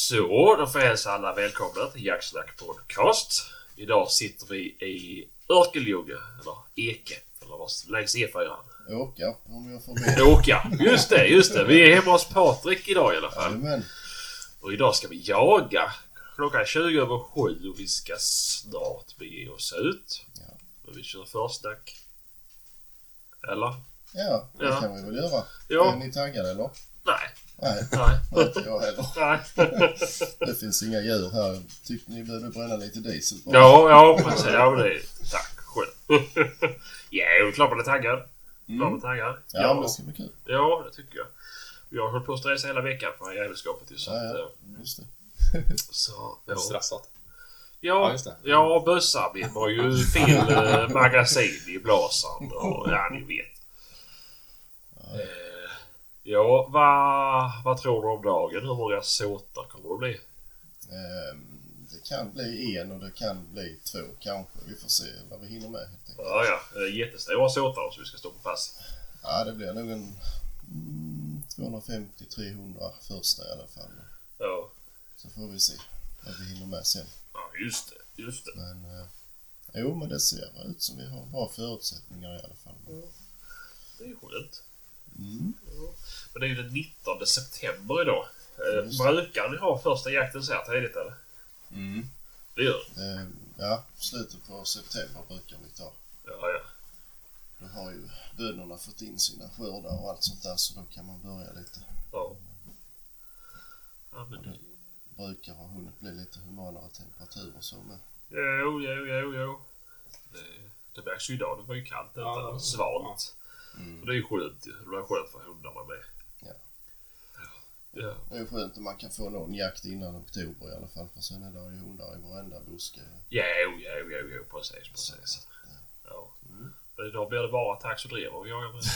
Så, då får jag hälsa alla välkomna till Jacksnack podcast. Idag sitter vi i Örkelljunga, eller Eke, eller vad längs E4. Åka, om jag får med. Åka, just det. Vi är hemma hos Patrik idag i alla fall. Amen. Och idag ska vi jaga. Klockan är 20:07 och vi ska snart bege oss ut. Ja. Men vi kör försnack. Eller? Ja, det kan vi väl göra. Ja. Är ni taggade eller? Nej. Nej, inte jag heller. Nej. Det finns inga djur här. Tyckte ni behövde bränna lite diesel bara? Ja, precis. Ja, men det är... Tack, själv. Ja, jag är klart man är taggad. Ja, men det ska bli kul. Ja, det tycker jag. Jag har hållit på att stressa hela veckan för jävelskapet. Ja, just det. Så, ja. Stressat. Ja, just det. Ja, bössa. Vi har ju fel magasin i blåsaren. Och ja, ni vet. Ja, vad tror du om dagen? Hur många såtar kommer det bli? Det kan bli en och det kan bli två kanske. Vi får se vad vi hinner med helt enkelt. Ja. Jättestora såtar som vi ska stå på pass. Ja, det blir nog en 250-300 första i alla fall. Ja. Så får vi se vad vi hinner med sen. Ja, just det. Men men det ser ut som vi har bra förutsättningar i alla fall. Det är ju skönt. Mm. Ja. Men det är ju den 19 september idag. Brukar ni ha första jakten så här tidigt eller? Mm. Det gör ja, slutet på september brukar vi ta. Ja. Då har ju bönderna fått in sina skördar och allt sånt där, så då kan man börja lite. Ja. Ja, men det brukar ha hunnit bli lite humanare temperatur och så med. Jo. Det märks ju idag. Det var ju kallt utan svalt. Så det är ju skönt. Det var skönt för hundarna med. Ja. Det är skönt att man kan få någon jakt innan oktober i alla fall, för sen är det ju hundar i varenda buske. Jo, precis. Ja. Men idag blir det bara tax och drev och jagar med.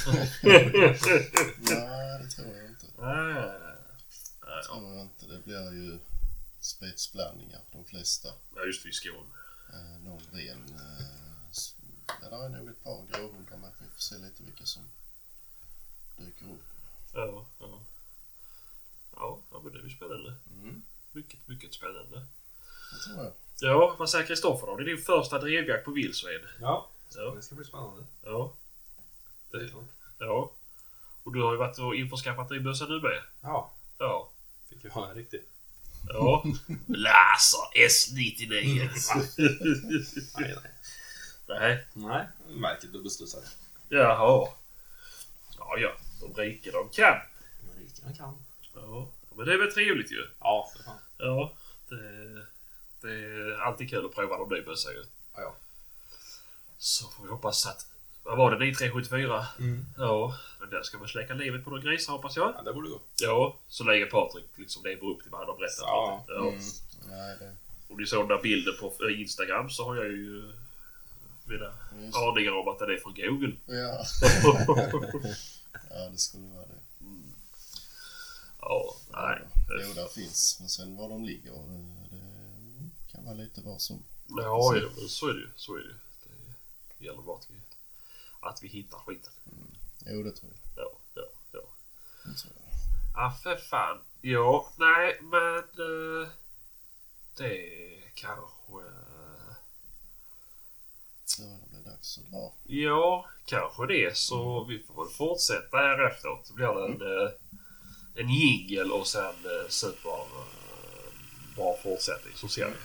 Nej, det tror jag inte. Nej. Tror jag inte. Det blir ju spetsblandningar de flesta. Ja, just det, i Skåne. Någon ren... där är nog ett par gråhundar med. Vi får se lite vilka som dyker upp. Ja, men det är ju spännande. Mycket spännande. Det tror jag. Ja, vad säger Kristoffer då? Det är din första drevjakt på vildsvin. Ja, det ska bli spännande. Ja. Och du har ju varit och införskaffat din bössa nu med. Ja. Fick ju ha en riktig. Ja. Laser S99. Nej. Märket du bestussar. Jaha. Ja. De rika de kan. Ja. Men det är väl trevligt ju. Ja, för fan. Ja. Det är alltid kul att prova de nya bössar ju. Ja. Så får vi hoppas att... Vad var det? 374? Ja. Men där ska man släcka livet på några grisar, hoppas jag. Ja, det borde gå. Ja. Så lägger Patrik liksom lever upp till vad han har berättat. Ja. Nej, det... Om ni såg den där bilden på Instagram så har jag ju mina aningar om att det är från Google. Ja. Ja, det skulle vara det. Ja, nej. Jo, där finns. Men sen var de ligger, det kan vara lite var som. Ja, så är det ju. Det gäller bara att vi hittar skiten. Jo, det tror jag. Ja. Det tror jag. Ja, för fan. Ja, nej, men det kanske... Ja, det blir dags att dra. Ja, kanske det. Så vi får väl fortsätta här efteråt. Så blir det en jingle och sen super bra fortsättning. Så ser vi.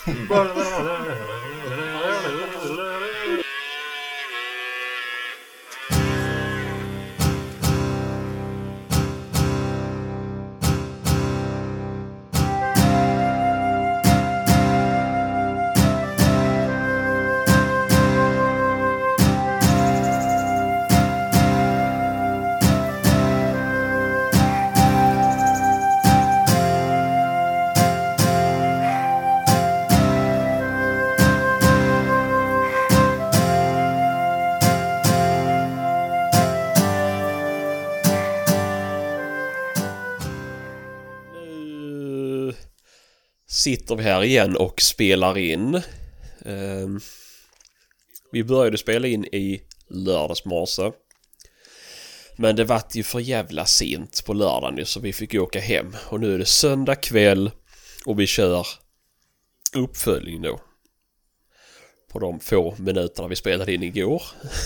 Sitter vi här igen och spelar in. Vi började spela in i lördagsmorse. Men det var ju för jävla sent på lördagen så vi fick åka hem. Och nu är det söndag kväll. Och vi kör uppföljning då. På de få minuterna vi spelade in igår.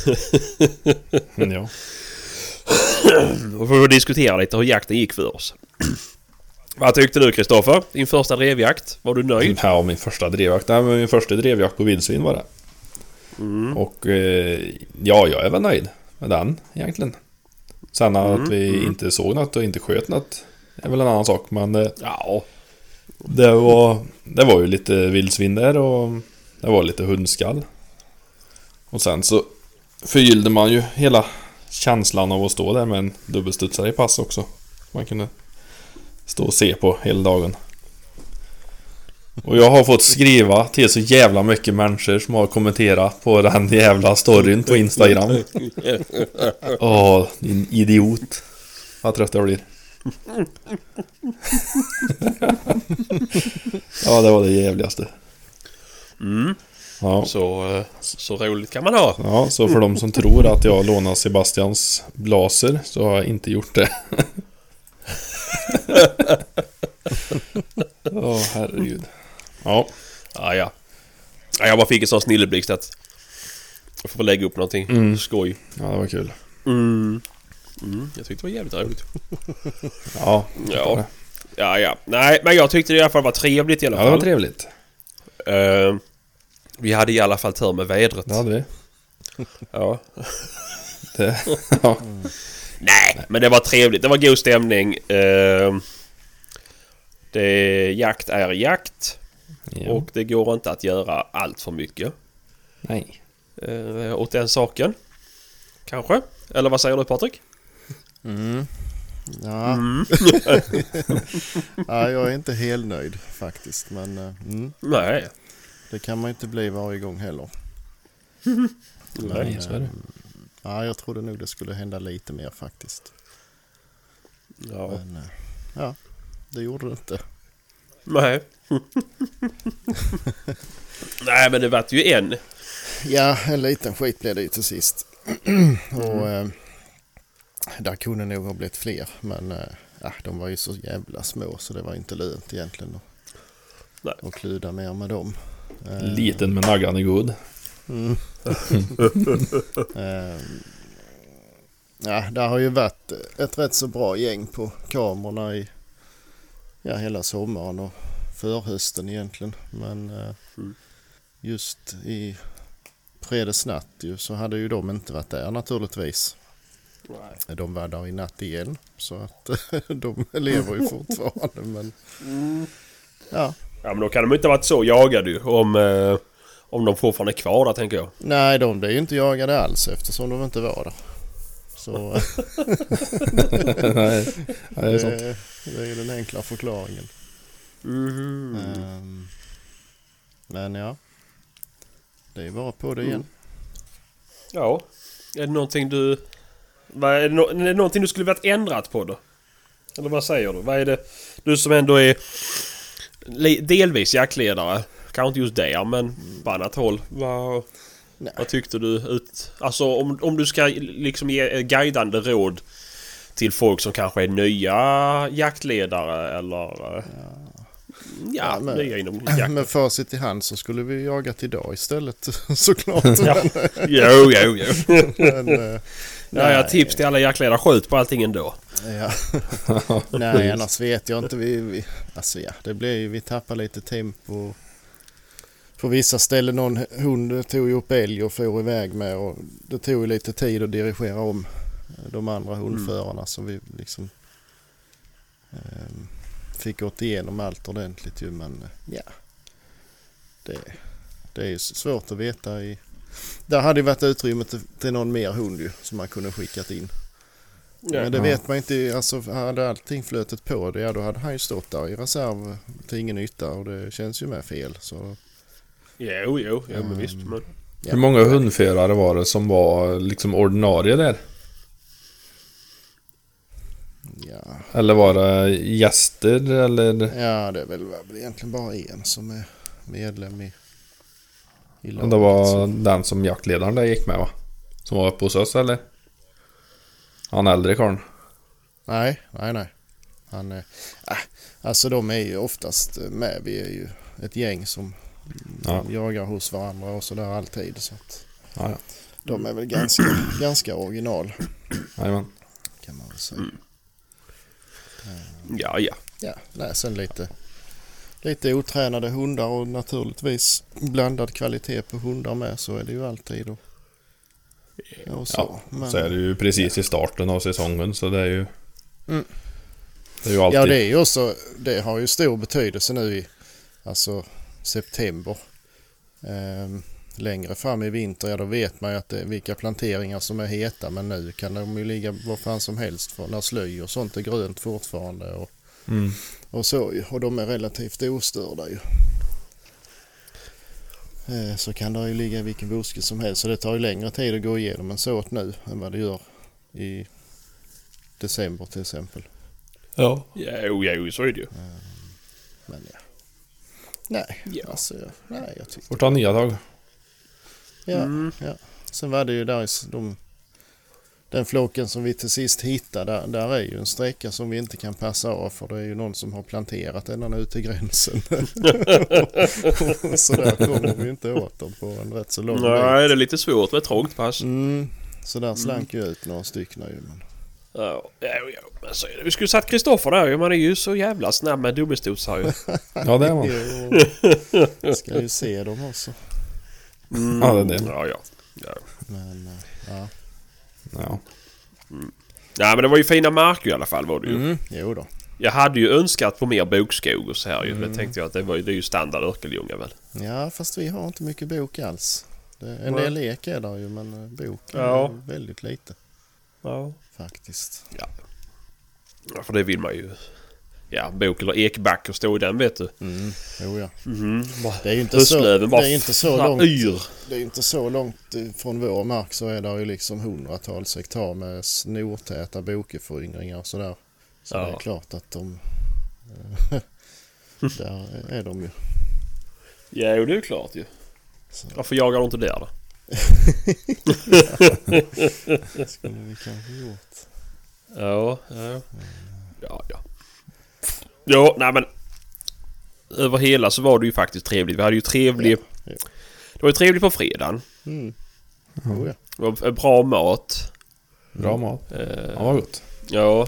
Ja. Och för att diskutera lite hur jakten gick för oss. Vad tyckte du, Kristoffer? Din första drevjakt? Var du nöjd? Ja, min första drevjakt. Nej, men min första drevjakt på vildsvin var det. Och ja, jag är väl nöjd med den egentligen. Sen att vi inte såg något och inte sköt något är väl en annan sak. Men Ja. det var ju lite vildsvin där och det var lite hundskall. Och sen så förgyllde man ju hela känslan av att stå där med en dubbelstudsare i pass också. Man kunde stå och se på hela dagen. Och jag har fått skriva till så jävla mycket människor som har kommenterat på den jävla storyn på Instagram. Din idiot. Vad trött jag blir. Ja, det var det jävligaste. Ja. Så roligt kan man ha. Ja, så för de som tror att jag lånar Sebastians blaser så har jag inte gjort det. Herregud. Ja. Ja. Jag bara fick en sån snilleblixt att jag får lägga upp någonting skoj. Ja, det var kul. Jag tyckte det var jävligt roligt. Ja. Nej, men jag tyckte det i alla fall var trevligt i alla fall. Ja, det var trevligt. Vi hade i alla fall tur med vädret. Det hade vi. Ja. Ja. Nej, men det var trevligt. Det var god stämning. Jakt är jakt. Ja. Och det går inte att göra allt för mycket. Nej. Åt den saken. Kanske? Eller vad säger du, Patrik? Ja. Ja, jag är inte helt nöjd faktiskt. Men Nej. det kan man inte bli varje gång heller. Nej, så är det. Ja, jag trodde nog det skulle hända lite mer faktiskt. Ja. Men ja, det gjorde det inte. Nej. Nej, men det var ju en. Ja, en liten skit blev det ju till sist. Och där kunde nog ha blivit fler. Men de var ju så jävla små så det var inte lönt egentligen att kluda mer med dem. Liten men naggan är god. Det har ju varit ett rätt så bra gäng på kamerorna i hela sommaren och förhösten egentligen. Men just i fredagsnatt så hade ju de inte varit där naturligtvis. Nej. De var där i natt igen så att de lever ju fortfarande. Men ja, men då kan de inte ha varit så jagade ju om de fortfarande är kvar där, tänker jag. nej, de blir ju inte jagade alls eftersom de inte var där. Så Nej, det är sant. det är den enkla förklaringen. Men ja, det är bara på det igen. Ja. Är det någonting är det någonting du skulle vilja ändrat på då? Eller vad säger du? Vad är det du som ändå är delvis jaktledare? Kanske inte just där, men på annat håll. Vad tyckte du alltså om du ska liksom ge guidande råd till folk som kanske är nya jaktledare eller nya inom jakten. Med facit i hand så skulle vi jagat idag istället såklart. Jo. Men, jag tips till alla jaktledare, skjut på allting ändå. Ja. Nej, annars vet jag inte. Det blir ju, vi tappar lite tempo. På vissa ställen någon hund tog ju upp älg och får iväg med och det tog ju lite tid att dirigera om de andra hundförarna så vi liksom fick gått igenom allt ordentligt ju, men det är ju svårt att veta där hade ju varit utrymme till någon mer hund ju som man kunde skickat in. Men det vet man inte, alltså hade allting flötet på det, då hade han ju stått där i reserv till ingen nytta och det känns ju med fel så. Jo, men visst. Men... Hur många hundförare var det som var liksom ordinarie där? Ja. Eller var det gäster eller? Ja, det är väl egentligen bara en som är medlem i laget. Det var den som jaktledaren där gick med, va? Som var uppe hos oss, eller? Han äldre karln. Nej. Han Alltså de är ju oftast med. Vi är ju ett gäng som jagar hos varandra och sådär alltid. Så att Ja. de är väl ganska original. Jajamän. Kan man väl säga. Ja. Ja, nej, sen lite otränade hundar och naturligtvis blandad kvalitet på hundar med, så är det ju alltid. Och så. Så är det ju precis i starten av säsongen, så det är ju... Det är ju Ja, alltid... det är ju också, det har ju stor betydelse nu i september. Längre fram i vinter, ja då vet man ju att vilka planteringar som är heta, men nu kan de ju ligga vad fan som helst för när sly och sånt är grönt fortfarande och så ju, och de är relativt ostörda ju. Så kan det ju ligga vilken buske som helst, så det tar ju längre tid att gå igenom en såt nu än vad det gör i december till exempel. Ja, så är det ju. Men ja. Nej, Ja. alltså nej, jag tycker... Får ta nya tag. Ja. Sen var det ju där den flocken som vi till sist hittade, där är ju en sträcka som vi inte kan passa av, för det är ju någon som har planterat ända ut till gränsen. Så där kommer vi inte åt dem på en rätt så lång väg. Nej, det är lite svårt med ett trångt pass. Så där slank ju ut några stycken ju. Men... Ja, men så är det. Vi skulle satt Kristoffer där ju, man är ju så jävla snabb med dubbelstotsar ju. Ja, det är man. Jag ska ju se dem också. Ja, det är det. Ja. Men, ja. Ja. Ja, men det var ju fina marker i alla fall var det ju. Jo då. Jag hade ju önskat på mer bokskog och så här ju. Det tänkte jag att det är ju standard Örkelljunga väl. Ja, fast vi har inte mycket bok alls. En del lek är där ju, men bok är Ja. väldigt lite. Ja. Faktiskt. Ja, för det vill man ju. Ja, bok eller ekback och stå i den, vet du. Jo, ja. Det är ju inte så, det är inte så långt. yr. Det är inte så långt från vår mark, så är det ju liksom hundratals hektar med snortäta bokeföryngringar och sådär. Så det är klart att de där är de ju. Ja, det är ju klart ju. Så. Varför jagar de inte där då? Det skulle vi kanske gjort. Ja. Ja, nej men över hela så var det ju faktiskt trevligt. Vi hade ju trevligt. Ja. Det var ju trevligt på fredagen. Oh, ja. Det var bra mat. Bra mat. Ja, vad gott. Ja.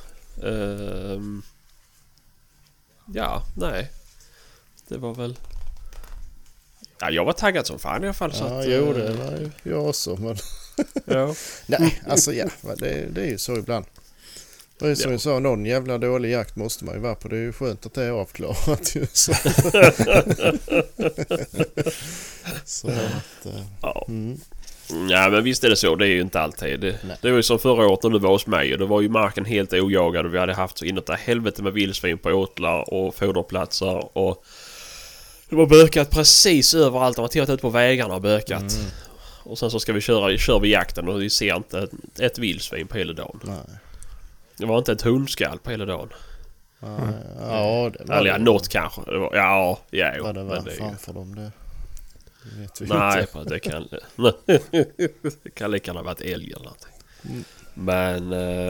Ja, nej. Det var väl... Ja, jag var taggad som fan i alla fall. Så Ja, att, jo, det var ju jag också. Men... ja. Nej, alltså ja, det är ju så ibland. Det är som jag sa, någon jävla dålig jakt måste man ju vara på. Det är ju skönt att det är avklarat ju. Så, så att... Ja. Ja, men visst är det så. Det är ju inte alltid. Det var ju som förra året när du var hos mig. Och det var ju marken helt ogagad. Och vi hade haft så inåt där helvete med vildsvin på åtlar och foderplatser. Och det var bökat precis överallt. De har tittat ut på vägarna och bökat. Och sen så ska vi kör vi jakten och vi ser inte ett vildsvin på hela dagen. Nej. Det var inte ett hundskall på hela dagen. Ja, det var Eller något kanske. Det var, vad det var men det är ju... framför dem, det vet vi Nej, inte. det kan lika gärna varit älg eller någonting. Men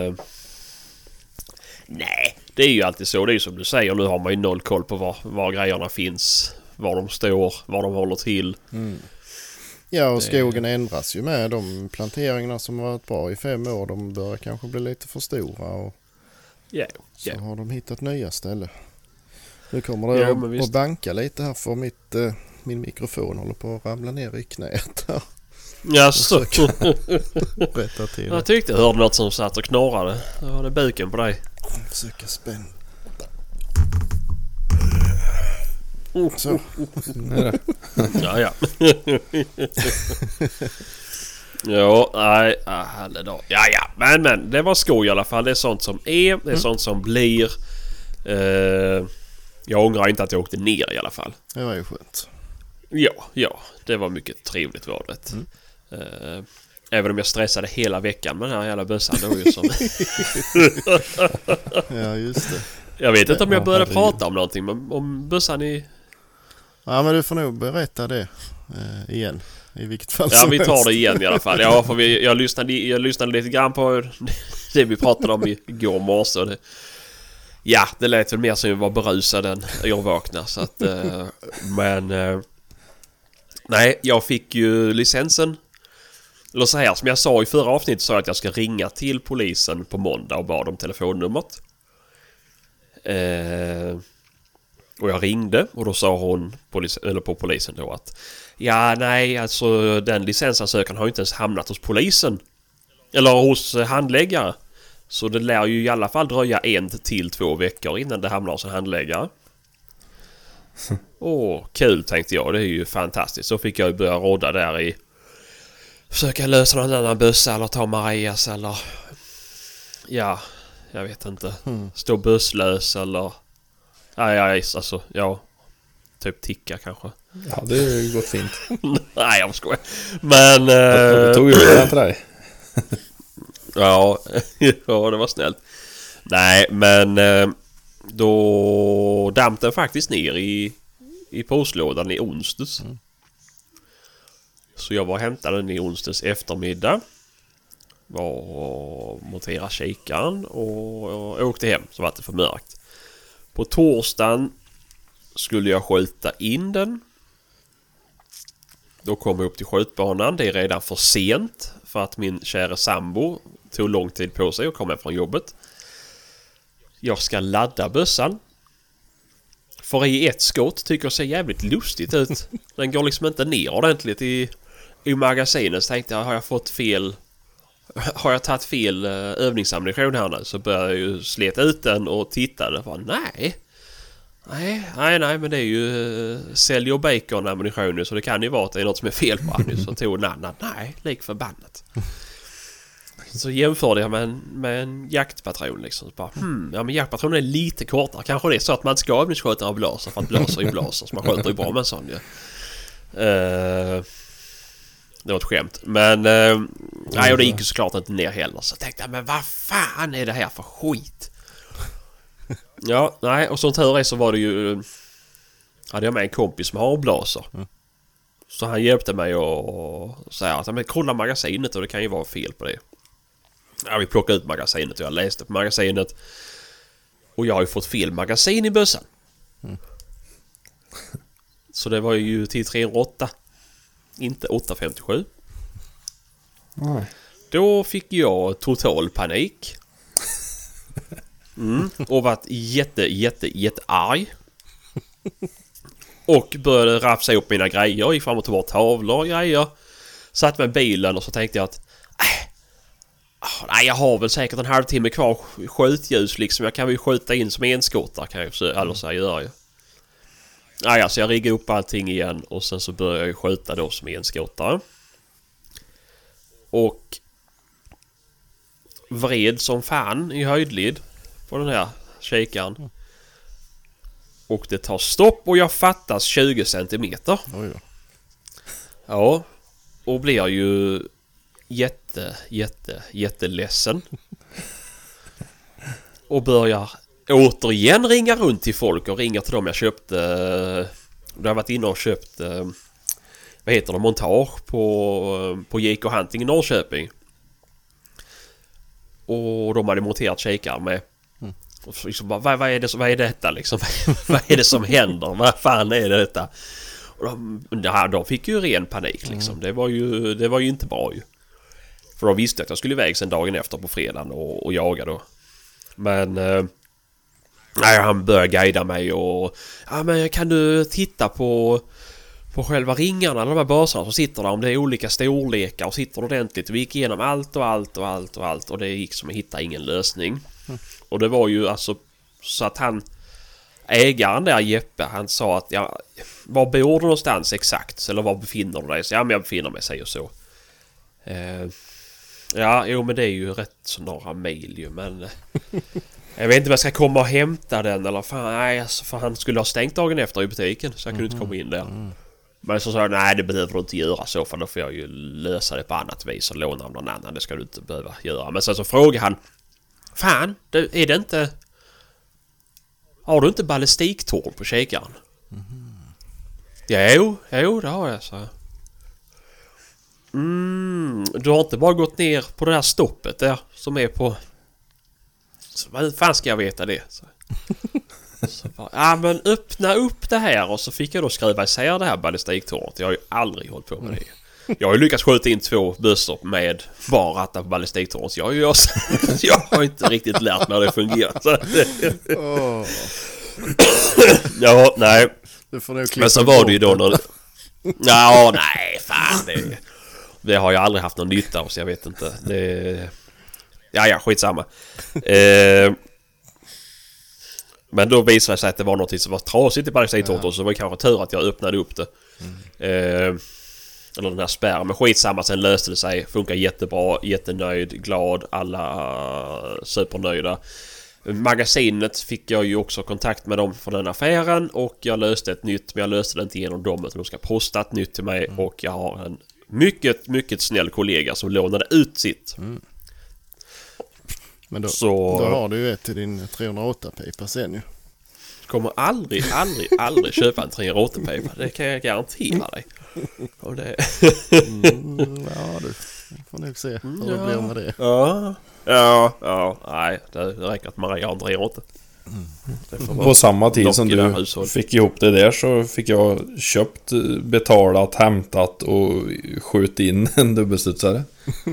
nej, det är ju alltid så. Det är ju som du säger, nu har man ju noll koll på var grejerna finns, var de står, var de håller till. Ja, och skogen ändras ju med de planteringarna som har varit bra i 5 år. De börjar kanske bli lite för stora och så har de hittat nya ställen. Nu kommer det att banka lite här, för min mikrofon håller på att ramla ner i knät här. Jaså? Rätta till. Jag tyckte jag hörde något som satt och knorrade. Det var det buken på dig. Försöka spänna. Så. Ja. Ja, nej, halledag. Ja, men det var skoj i alla fall. Det är sånt som är, det är sånt som blir. Jag ångrar inte att jag åkte ner i alla fall. Det var ju skönt. Ja, det var mycket trevligt var det. Även om jag stressade hela veckan med den här jävla bössan då ju som... Ja, just det. Jag vet inte om jag började prata om någonting, men om bössan i... Ja, men du får nog berätta det igen. I vilket fall Ja, vi tar det igen i alla fall. Ja, för jag lyssnade lite grann på det vi pratade om igår morse. Ja, det lät väl mer som jag var berusad än urvakna. Så att, nej, jag fick ju licensen. Eller så här, som jag sa i förra avsnittet, sa jag att jag ska ringa till polisen på måndag och bad om telefonnumret. Och jag ringde och då sa hon på polisen då att ja, nej, alltså den licensansökan har ju inte ens hamnat hos polisen. Eller hos handläggare. Så det lär ju i alla fall dröja 1 till 2 veckor innan det hamnar hos en handläggare. Kul, tänkte jag. Det är ju fantastiskt. Så fick jag ju börja råda där i försöka lösa någon annan bussa eller ta Marias eller ja, jag vet inte. Stå busslös eller alltså, ja, typ ticka kanske. Ja, det har ju gått fint. Nej, jag skojar. Men Jag tog ju det till dig. ja, det var snällt. Nej, men då damp den faktiskt ner i postlådan i onsdags. Så jag var och hämtade den i onsdags eftermiddag. Var och monterade kikaren och åkte hem, så var det för mörkt. På torsdagen skulle jag skjuta in den. Då kom jag upp till skjutbanan. Det är redan för sent för att min kära sambo tog lång tid på sig att komma från jobbet. Jag ska ladda bössan. För i ett skott tycker jag ser jävligt lustigt ut. Den går liksom inte ner ordentligt i magasinet. Så tänkte jag, har jag tagit fel övningsammunition här nu? Så började jag ju sleta ut den och titta. Det var nej, men det är ju sälj och bacon ammunition, så det kan ju vara att det är något som är fel på den. Så tog nej, lik förbannat. Så jämförde jag med en jaktpatron liksom. Så bara, ja, men jaktpatronen är lite kortare. Kanske det är så att man ska övningsskjuta av blaser, för att blaser är blaser. Så man skjuter ju bra med en sån ju. Det var ett skämt. Men nej, och det gick ju såklart inte ner heller. Så jag tänkte, men vad fan är det här för skit? Ja, nej, och som tur är så var det ju, hade jag med en kompis som har blaser. Så han hjälpte mig och säga att men kolla magasinet, och det kan ju vara fel på det. Ja, vi plockade ut magasinet och jag läste på magasinet. Och jag har ju fått fel magasin i bössan. Så det var ju till 308. Inte 857. Nej. Då fick jag total panik. Och varit jätte arg. Och började rafsa upp mina grejer. Gick fram och tog bort tavlor och grejer. Satt med bilen och så tänkte jag att nej, jag har väl säkert en halvtimme kvar skjutljus liksom. Jag kan väl skjuta in som enskottare, kan jag så, eller så gör jag. Nej, alltså jag riggade upp allting igen och sen så började jag skjuta då som enskottare. Och vred som fan i höjdled på den här kikaren. Och det tar stopp och jag fattas 20 centimeter. Oj då. Ja, och blir ju jätteledsen. Och börjar återigen ringa runt till folk och ringer till dem jag köpte. Jag har varit inne och köpt vad heter det, montage på JK Hunting i Norrköping. Och de hade monterat kikar med. Och liksom bara, vad är detta liksom? Vad är det som händer? Vad fan är detta? Och de fick ju ren panik liksom. Det var ju inte bra ju. För de visste att jag skulle iväg sen dagen efter på fredagen och jaga då. Men han började guida mig och ja, men kan du titta på själva ringarna, de här basarna som sitter där, om det är olika storlekar och sitter ordentligt. Vi gick igenom allt och det gick som att hitta ingen lösning. Och det var ju alltså så att ägaren där, Jeppe, han sa att ja, var bor du någonstans exakt? Eller var befinner du dig? Så ja, men jag befinner mig sig och så. Ja, jo, men det är ju rätt så några mil ju, men jag vet inte om jag ska komma och hämta den eller fan, nej, alltså, för han skulle ha stängt dagen efter i butiken så jag kunde inte komma in där. Men så sa jag, nej, det behöver du inte göra så, för då får jag ju lösa det på annat vis och låna av någon annan, det ska du inte behöva göra. Men sen så frågade han, fan, är det inte, har du inte ballistiktorn på kikaren? Jo, det har jag, så. Du har inte bara gått ner på det här stoppet där som är på, så vad fan ska jag veta det? Så. Så bara, ja men öppna upp det här. Och så fick jag då skruva isär det här ballistiktornet. Jag har ju aldrig hållit på med det. Jag har ju lyckats skjuta in 2 bössor med bara ratta på ballistiktornet. Jag har inte riktigt lärt mig hur det fungerar. Så ja, nej. Men så var det ju då när... Ja, nej, fan. Det har jag aldrig haft någon nytta av, så jag vet inte. Ja, skitsamma. Men då visade det sig att det var något som var trasigt i ballistiktornet. Och så var det kanske tur att jag öppnade upp det. Eller den här spärren. Men skitsamma, sen löste det sig. Funkar jättebra, jättenöjd, glad. Alla supernöjda. Magasinet fick jag ju också kontakt med dem för den affären. Och jag löste ett nytt, men jag löste det inte genom dem, utan de ska posta ett nytt till mig. Och jag har en mycket, mycket snäll kollega som lånade ut sitt. Men då har du ju ett till din 308-pipa sen ju. Kommer aldrig köpa en 308-pipa. Det kan jag garantera dig. Och det... ja, du får nog se hur det blir med det. Ja, nej, det räcker att Maria har en 308. På samma tid som du fick ihop det där så fick jag köpt, betalat, hämtat och skjutit in en dubbelstudsare.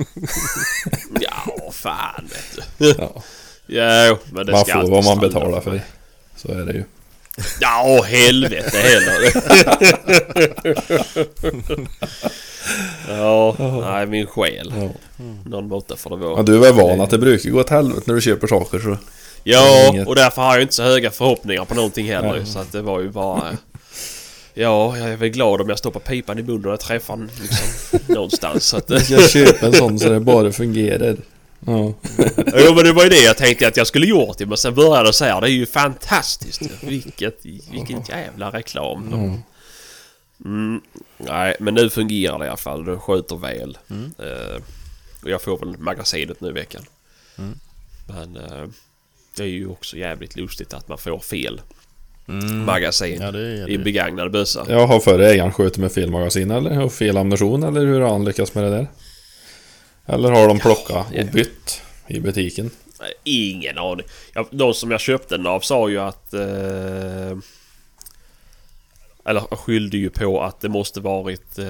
Ja, fan vet du. Ja, men det man ska får vad man betalar för. Så är det ju. Ja, helvete heller. Ja, nej, min själ. Någon måtta för det var. Ja, du är väl van att det brukar gå åt helvete när du köper saker så. Ja, och därför har jag inte så höga förhoppningar på någonting heller. Så att det var ju bara... Ja, jag är väl glad om jag stoppar pipan i munnen och jag träffar den liksom någonstans. Så att... Jag köper en sån så det bara fungerar. Ja. Jo, men det var ju det jag tänkte att jag skulle gjort det. Men sen började jag säga, det är ju fantastiskt. Vilken jävla reklam. Nej, men nu fungerar det i alla fall. Det skjuter väl. Och jag får väl magasinet nu i veckan. Men det är ju också jävligt lustigt att man får fel magasin i begagnade bössa. Jag har förra ägaren skjutit med fel magasin eller fel ammunition, eller hur har han lyckats med det där? Eller har de plockat och bytt i butiken? Ingen aning. De som jag köpte den av sa ju att eller skyllde ju på att det måste varit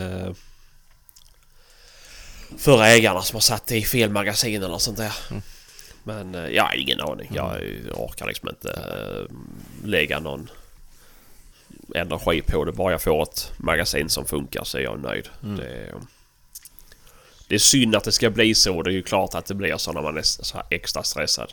förra ägarna som har satt i fel magasin eller sånt där. Men jag har ingen aning. Jag orkar liksom inte lägga någon energi på det. Bara jag får ett magasin som funkar så är jag nöjd. Det är synd att det ska bli så. Det är ju klart att det blir så när man är så här extra stressad.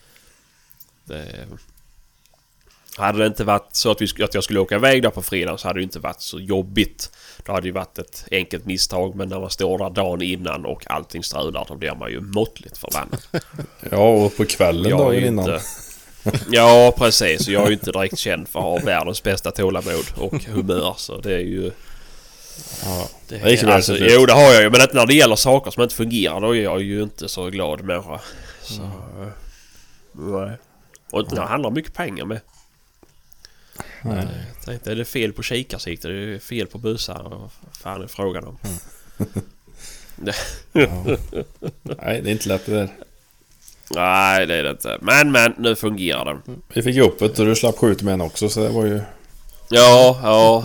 Hade det inte varit så att jag skulle åka iväg där på fredag, så hade det inte varit så jobbigt. Då hade det varit ett enkelt misstag. Men när man står där dagen innan och allting strular, då blir man ju måttligt förbannad. Ja, och på kvällen dagen innan. Ja, precis. Jag är ju inte direkt känd för att ha världens bästa tålamod och humör. Så det är ju... Ja, jo, det har jag ju. Men när det gäller saker som inte fungerar, då är jag ju inte så glad människa. Så... Nej. Och inte när det handlar mycket pengar med. Nej. Jag tänkte, är det fel på kikarsikter? Det är fel på busar. Vad fan är frågan om? Nej, det är inte lätt det där. Nej, det är det inte. Men nu fungerar den. Vi fick ju upp det och du slapp skjuta med en också, så det var ju... Ja.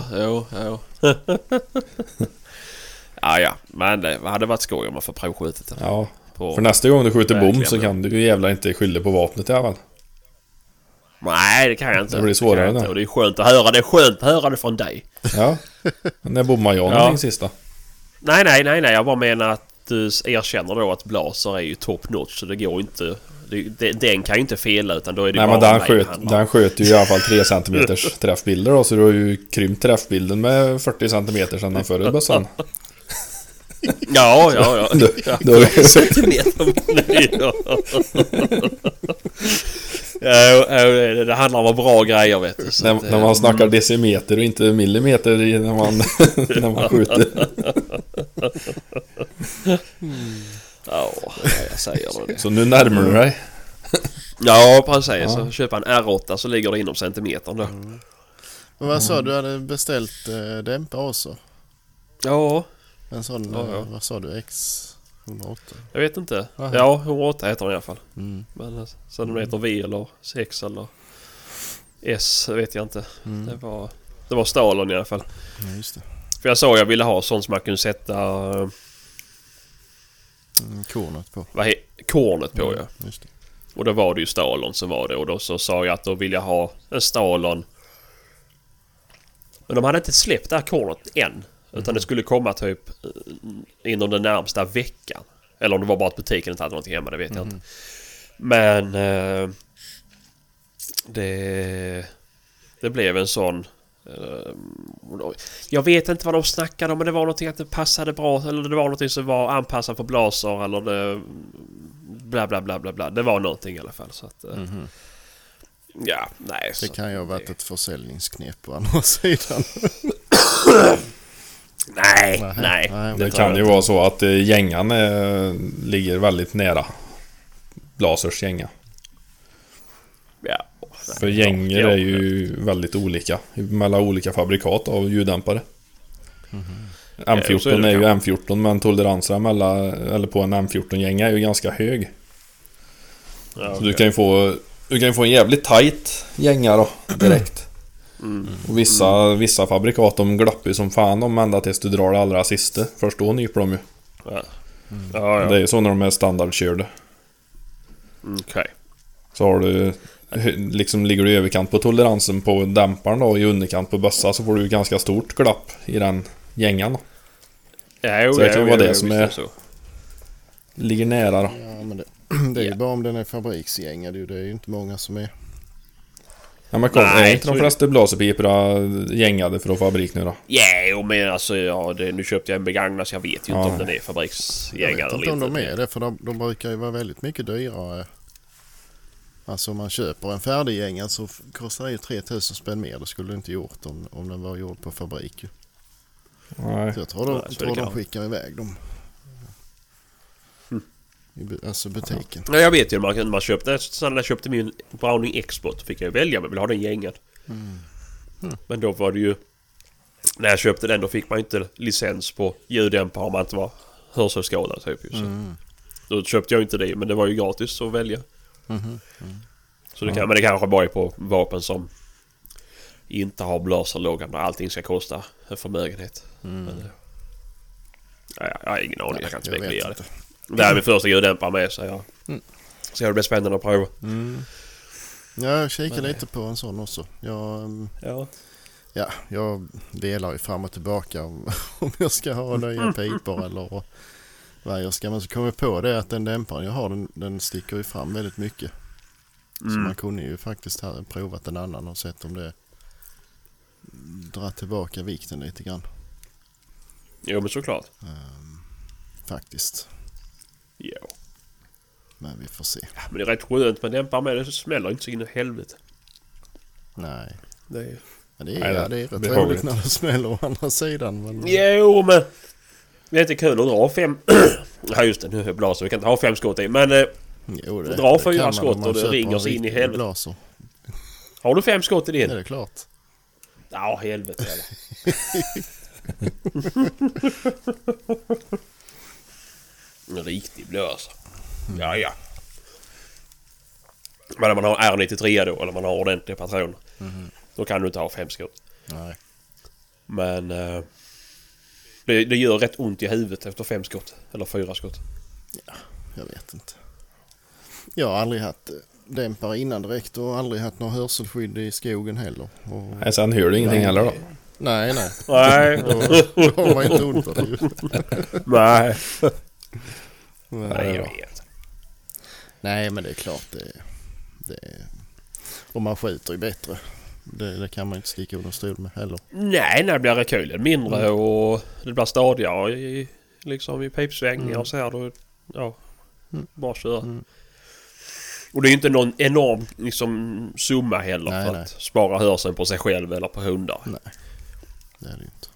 Ja. Men det hade varit skoj om man får provskjutet. Ja, för nästa gång du skjuter bom så kan du ju jävla inte skylla på vapnet i alla fall. Nej, det kan jag inte. Det blir svårare då. Och det är skönt att höra. Det är skönt att höra det från dig. Ja, när bommar jag någonting sista? Nej. Jag bara menar att du erkänner då att blaser är ju top notch. Så det går inte... Den kan ju inte fela, utan då är det bara... Men den sköt ju i alla fall 3 cm träffbilder då, så du har ju krympt träffbilden med 40 cm sedan den förra bössan. Ja. Då det handlar om bra grejer, vet du. När man snackar decimeter och inte millimeter när man skjuter. Ja, jag säger det. Så nu närmar du dig. Ja, precis. Så köpa en R8 så ligger det inom centimetern då. Men vad sa du, hade beställt dämpare också? Ja. En sån, vad sa du, X108? Jag vet inte. Ja, 108 heter den i alla fall. Men sen den heter V eller 6 eller S vet jag inte. Det var Stalon i alla fall. Ja, just det. För jag sa jag ville ha sånt som man kunde sätta Kornet på. kornet på, ja. Just det. Och då var det ju Stalon som var det. Och då så sa jag att då vill jag ha en Stalon. Men de hade inte släppt det här kornet än. Utan det skulle komma typ inom den närmsta veckan. Eller om det var bara att butiken inte hade någonting hemma, det vet jag inte. Men det blev en sån. Jag vet inte vad de snackade om, men det var någonting att det passade bra. Eller det var någonting som var anpassat för blaser. Eller det bla bla bla bla bla. Det var någonting i alla fall. Så att, ja, nej. Det kan ju ha varit ett försäljningsknep på andra sidan. Nej. Det kan ju vara så att gängan ligger väldigt nära Blasers gänga. Ja. För gänger är ju väldigt olika mellan olika fabrikat av ljuddämpare. M14 är ju M14, men toleransen på en M14-gänga är ju ganska hög. Ja, så du kan ju få en jävligt tight gänga då direkt. Och vissa fabrikat de glappar ju som fan om ända tills du drar det allra sista. Först då nyper de ju. Ja. Det är ju så när de är standardkörda. Okej. Så har du liksom, ligger du i överkant på toleransen på dämparen då, i underkant på bössa, så får du ganska stort glapp i den gängan då. Så det kan vara det som är ligger nära då. Ja, men det är ju bara om den är fabriksgängad. Det är ju inte många som är. Ja, men är inte de flesta blaserpiporna gängade från fabrik nu då? Ja, men alltså nu köpte jag en begagnad, så jag vet ju inte om den är fabriksgängad. Jag vet inte om de är det, för de brukar ju vara väldigt mycket dyrare. Alltså om man köper en färdiggängad så kostar det ju 3000 spänn mer. Det skulle det inte gjort om den var gjord på fabrik. Nej. Så jag tror de skickar iväg dem. Alltså butiken. Ja, jag vet ju, man köpte, så när jag köpte min Browning Export fick jag välja, men vill ha den gängad. Men då var det ju, när jag köpte den, då fick man inte licens på ljuddämpare om man inte var hörselskadad typ. Då köpte jag inte det, men det var ju gratis att välja. Så men det kanske bara är på vapen som inte har blaserloggan och allting ska kosta en förmögenhet. Men, jag har ingen aning, jag kan inte spekulera det. Det här är min första ljuddämpare med, så det blir spännande att prova. Jag kikar lite på en sån också. Jag delar ju fram och tillbaka om jag ska ha nya pipor eller vad jag ska. Men så kommer jag på det att den dämparen jag har, den sticker ju fram väldigt mycket. Så man kunde ju faktiskt ha provat en annan och sett om det drar tillbaka vikten lite grann. Jo, men såklart. Faktiskt. Ja. Men vi får se. Ja, men det är rätt skönt med dämpare med, det smäller inte så in i helvete. Nej. Det är rätt roligt när det smäller å andra sidan. Men... Jo, men det är inte kul att dra 5. Ja, just det, nu är det blaser, vi kan inte ha 5 skott i. Men dra 4 skott och det ringer sig in i helvete. Blaser. Har du 5 skott i din? Ja, det är klart. Ja, helvete eller. En riktig blös. Ja. Men när man har R93 då, eller man har ordentliga patroner, då kan du inte ha 5 skott. Nej. Men det gör rätt ont i huvudet efter 5 skott. Eller 4 skott. Ja, jag vet inte. Jag har aldrig haft dämpare innan direkt och aldrig haft någon hörselskydd i skogen heller. Nej, sen hör du ingenting heller då? Nej. Nej. Då har man inte ont av det ju. Nej. Nej, jag vet. Nej, men det är klart det och man skjuter ju bättre. Det kan man inte sticka under stol med heller. Nej, när det blir rekylen mindre och det blir stadigare i pipsvängningar och så här då, bara köra. Och det är ju inte någon enorm summa heller för att spara hörseln på sig själv eller på hundar. Nej, det är det inte.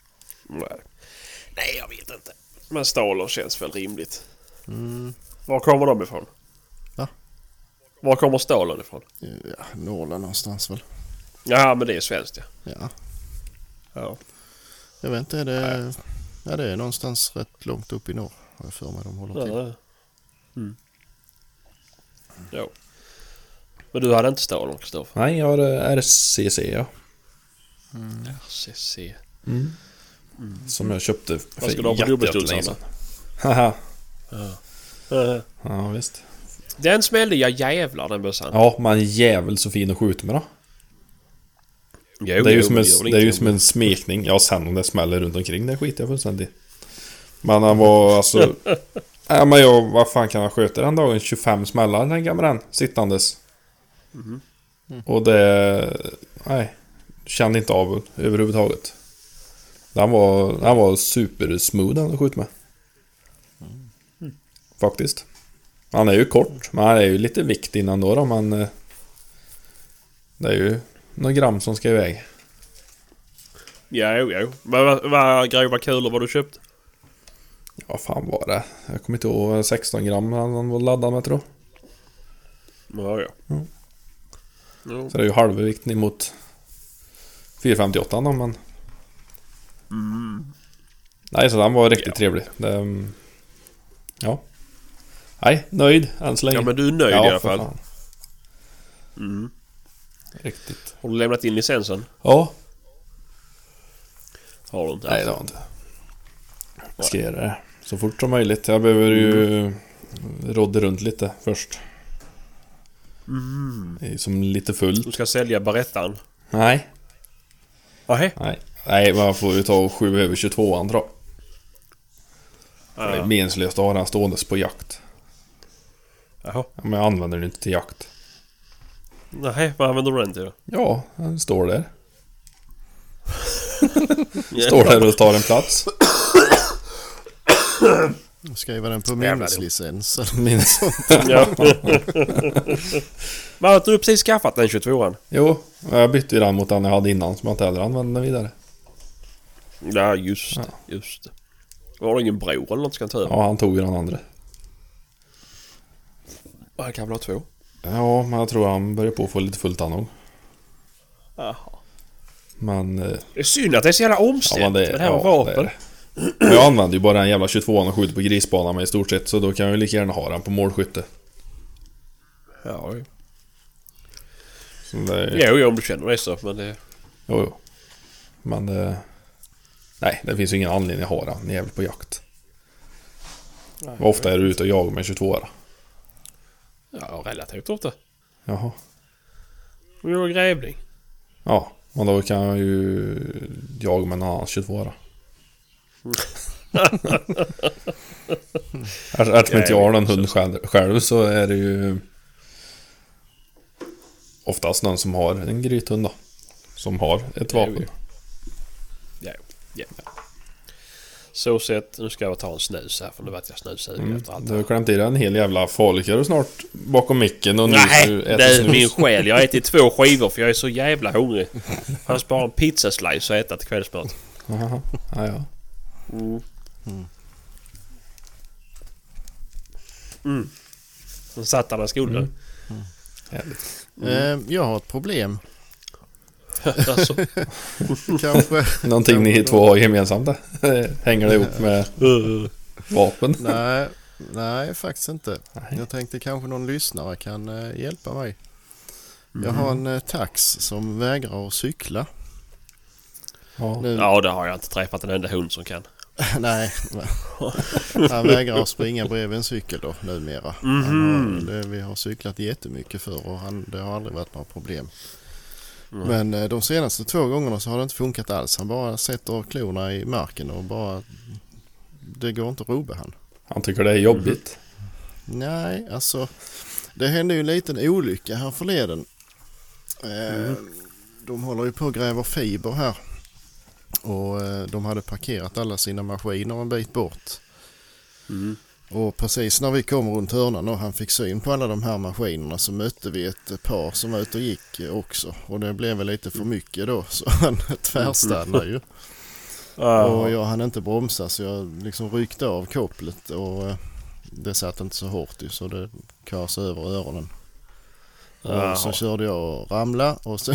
Nej, jag vet inte. Men Stalon känns väl rimligt. Var kommer de ifrån? Va? Var kommer Stalon ifrån? Ja, Norrland någonstans väl. Ja, men det är svenskt, Ja. Jag vet inte, det är någonstans rätt långt upp i norr. Har jag för mig de håller till. Jo. Men du hade inte stål, Kristoffer? Nej, jag har RCC, ja. RCC. Som jag köpte Vad ska du ha på dubbelstolsarna? Haha. Ja, visst. Den smällde jag jävlar, den bössan. Ja, man är jävel så fin att skjuta med då. Jo, Det är ju som en smekning. Ja, sen om det smäller runt omkring, det skiter jag fullständigt. Men han var alltså... Nej, men vad fan kan han sköta den dagen? 25 smällar, den gamla den, sittandes. Och det... Nej, kände inte av överhuvudtaget. Den var supersmooth den att skjuta med. Faktiskt. Han är ju kort, men han är ju lite vikt innan då, men... Det är ju några gram som ska iväg. Jo. Men vad grova kulor var du köpt? Ja, fan var det? Jag kommer inte ihåg, 16 gram han var laddad med, tror jag. Ja. Så det är ju halvvikten emot 458 då, men... Nej, så den var riktigt trevlig. Det... Ja. Nej, nöjd än så länge. Ja, men du är nöjd i alla fall. Riktigt. Har du lämnat in licensen? Ja. Har du inte? Nej, det har inte. Jag ska göra det så fort som möjligt. Jag behöver ju rodda runt lite först. Det är som lite fullt. Du ska sälja Barettan? Nej. Nej, man får ju ta 7 över 22 tror jag. Det är meningslöst att ha den ståendes på jakt. Jaha. Men jag använder den inte till jakt. Nej, vad använder du den till då? Ja, den står där. Står där och tar en plats. Skriva den på minneslicens. Ja. Men har du precis skaffat den 22an? Jo, jag bytte ju den mot den jag hade innan som jag inte heller använde vidare. Ja, just det. Var det ingen bror eller något ska ta över? Ja, han tog ju den andra. Han kan väl ha 2? Ja, men jag tror han börjar på att få lite fullt annog. Jaha. Men... Det är synd att det är så jävla omständigt med det här med vapen. Jag använder ju bara en jävla 22an och skjuter på grisbanan med i stort sett. Så då kan jag ju lika gärna ha den på målskytte. Ja. Så det... Jo, om du känner det så, men det... Jo. Men det... Nej, det finns ju ingen anledning att ha den jävel på jakt. Nej, ofta är du ute och jagar med 22-ara. Ja, relativt ofta. Jaha. Vi gör grävling. Ja, men då kan jag ju jaga med en annan 22-ara. Eftersom inte jag har någon hund själv så är det ju oftast någon som har en grythund då, som har ett vapen. Ja. Så sett, nu ska jag ta en snus här för nu vet jag snussugen efter allt. Du har klämt i dig en hel jävla falukorv snart bakom micken och nej, nu det är min själ. Jag har ätit 2 skivor för jag är så jävla hungrig. Han sparar en pizzaslice och äta till kvällsmat. Jaha, ja. Så satt han i skolan. Jag har ett problem. Alltså. Kanske. Någonting ni två har gemensamt där. Hänger det ihop med vapen? Nej, faktiskt inte. Jag tänkte kanske någon lyssnare kan hjälpa mig. Jag har en tax som vägrar att cykla. Ja, det har jag inte träffat en enda hund som kan. Nej, han vägrar att springa bredvid en cykel då numera. Vi har cyklat jättemycket för och det har aldrig varit några problem. Men de senaste 2 gångerna så har det inte funkat alls. Han bara sätter klorna i marken och bara... Det går inte att roba han. Han tycker det är jobbigt. Nej, alltså... Det hände ju en liten olycka här förleden. De håller ju på att gräva fiber här. Och de hade parkerat alla sina maskiner en bit bort. Och precis när vi kom runt hörnan och han fick syn på alla de här maskinerna så mötte vi ett par som var ute och gick också. Och det blev väl lite för mycket då så han tvärstannade ju. Och jag hann inte bromsa så jag liksom ryckte av kopplet och det satt inte så hårt ju så det kasade över öronen. Och så körde jag och ramlade och så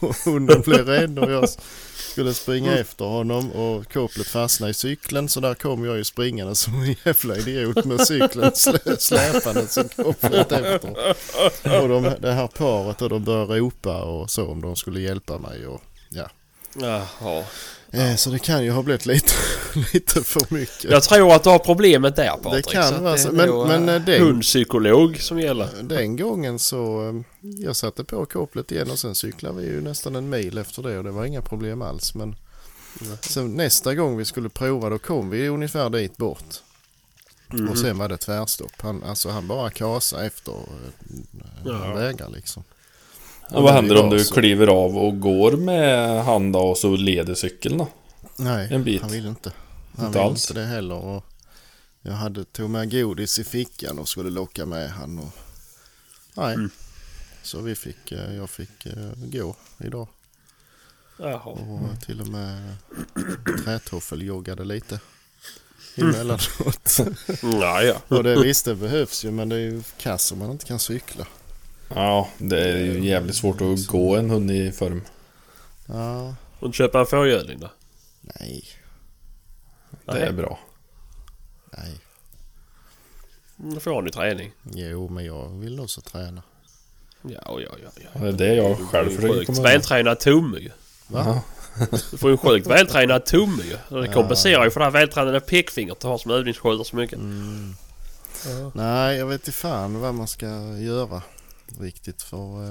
hunden blev rädd och jag skulle springa efter honom och kopplet fastnade i cykeln, så där kom jag ju springande som en jävla idiot med cykeln släpande som kopplet efter. Och det här paret och de började ropa och så om de skulle hjälpa mig och ja. Jaha. Så det kan ju ha blivit lite för mycket. Jag tror att du har problemet där, Patrik. Det kan vara så. Men hundpsykolog som gäller. Den gången så jag satte på kopplet igen och sen cyklade vi ju nästan en mil efter det och det var inga problem alls. Men sen nästa gång vi skulle prova då kom vi ungefär dit bort. Och sen var det tvärstopp. Han bara kasade efter vägar liksom. Och vad händer om du kliver av och går med handa och så leder cykeln då? Nej, en bit. Han ville inte. Han ville inte det heller. Och jag tog med godis i fickan och skulle locka med han. Och, nej, så jag fick gå idag. Jaha. Och till och med trätoffel joggade lite emellanåt. Ja. Och det behövs ju, men det är ju kass om man inte kan cykla. Ja, det är ju jävligt svårt att gå en hund i form. Ja. Och köpa en fårhjuling då? Nej. Det är bra. Nej. Då får han ju träning. Jo, men jag vill också träna. Ja. Det är det jag själv försöker komma ihåg. Vältränad tumme ju. Va? Du får ju en sjukt vältränad tumme ju. Och det kompenserar ju för det här vältränade pekfingret du har som övningsskjuter så mycket. Nej, jag vet inte fan vad man ska göra riktigt för...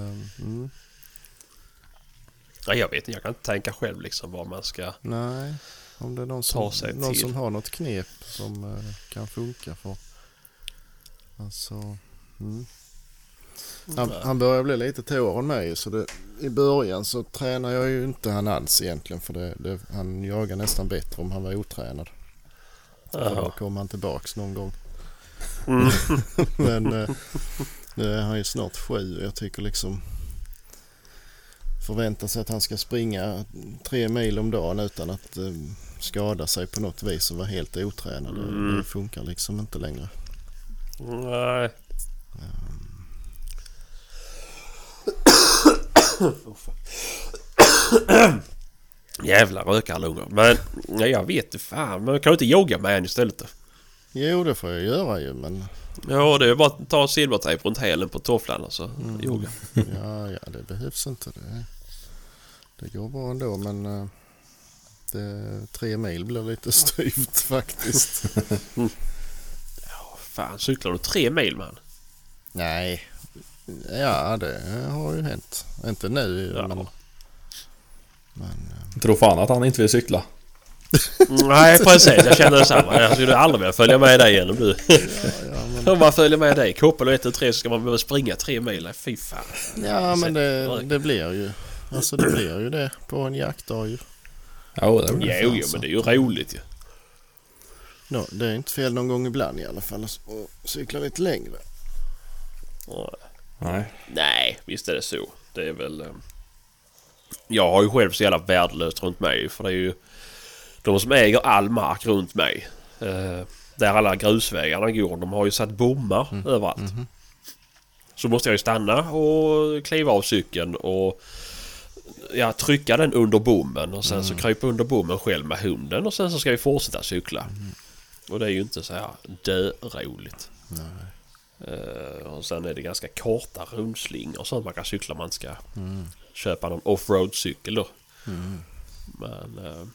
Ja, jag vet inte, jag kan inte tänka själv liksom vad man ska... Nej, om det är någon som har något knep som kan funka för... Alltså... Han börjar bli lite tåren med så det, i början så tränar jag ju inte han alls egentligen för han jagar nästan bättre om han var otränad. Då kommer han tillbaks någon gång. Men nu är han ju snart 7 och jag tycker liksom förvänta sig att han ska springa 3 mil om dagen utan att skada sig på något vis och vara helt otränad. Det funkar liksom inte längre. Nej. Jävla rökarlungor. Men jag vet inte fan. Men kan du inte jogga med en istället då? Jo, det får jag göra ju, men... Ja, det är bara att ta silvertejp runt hälen på tofflan och så yoga. Ja, det behövs inte. Det går bra ändå, men 3 mil blir lite styvt faktiskt. Ja, fan, cyklar du 3 mil, man? Nej. Ja, det har ju hänt. Inte nu, men... Jag tror fan att han inte vill cykla. Nej, precis. Jag känner detsamma. Jag skulle aldrig vilja följa med dig igen om du... Om man följer med dig, koppel och 1 och 3 så ska man behöva springa 3 mil. Fy fan. Ja, men det blir ju... Alltså det blir ju det på en jaktdag ju. Ja, det blir Jo, men det är ju roligt ju. No, det är inte fel någon gång ibland i alla fall att cykla lite längre. Nej, visst är det så. Det är väl... Jag har ju själv så jävla värdelöst runt mig. För det är ju de som äger all mark runt mig. Där alla grusvägarna går. De har ju satt bommar överallt. Så måste jag ju stanna och kliva av cykeln och trycka den under bommen. Och sen så krypa under bommen själv med hunden. Och sen så ska vi fortsätta cykla. Och det är ju inte så här dö-roligt. Och sen är det ganska korta rundslingor så att man kan cykla. Man ska köpa någon offroad-cykel då. Men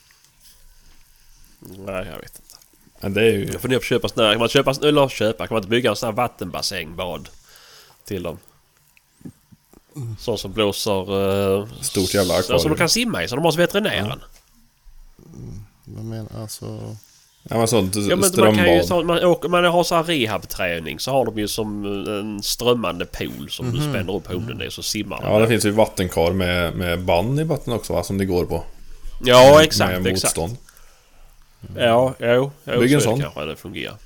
nej, jag vet inte. Men det är ju... Jag funderar på att kan man inte bygga en sån här vattenbassängbad till dem? Sån som blåser stort jävla akvarium. som de kan simma i, så de måste veterinären. Vad menar alltså? Ja, men sånt man har så här rehabträning så har de ju som en strömmande pool som du spänner upp hunden i så simmar de. Ja, det finns ju vattenkar med band i vatten också, va, som det går på. Ja, exakt, med motstånd. Ja, bygg en sån. Kanske det fungerar.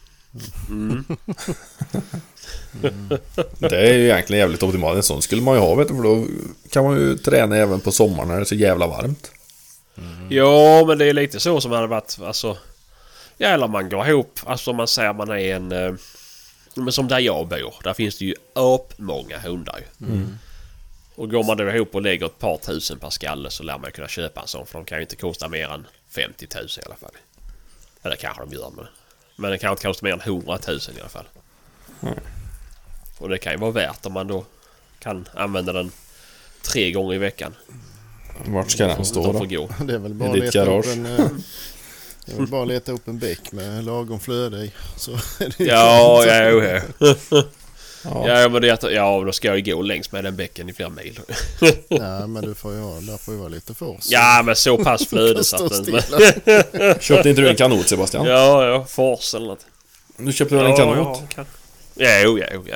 Det är ju egentligen jävligt optimalt. En sån skulle man ju ha, vet du, för då kan man ju träna även på sommaren när det är så jävla varmt. Ja, men det är lite så som det hade varit, alltså. Ja, eller man går ihop, alltså man säger man är en... Men som där jag bor, där finns det ju många hundar ju. Och går man då ihop och lägger ett par tusen per skalle så lär man kunna köpa en sån. För de kan ju inte kosta mer än 50 000 i alla fall. Eller kanske de gör, men det kan inte kosta mer än 100 000 i alla fall. Och det kan ju vara värt om man då kan använda den 3 gånger i veckan. Vart ska den stå då? Det är väl bara I ditt garage? Jag vill bara leta upp en bäck med lagom flöde i. Så är det Ja. Ja. Ja, men det är då ska jag ju gå längs med den bäcken i flera mil. Ja, men där får ju vara lite fors. Ja, men så pass flöde så att den... Köpte inte du en kanot, Sebastian? Ja, fors eller något. Du köpte väl en kanot? Jo.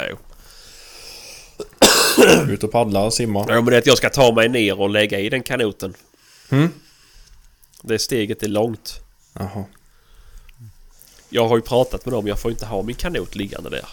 Ut och paddla och simma. Ja, men det är att jag ska ta mig ner och lägga i den kanoten. Det steget är långt. Jaha. Jag har ju pratat med dem, jag får inte ha min kanot liggande där.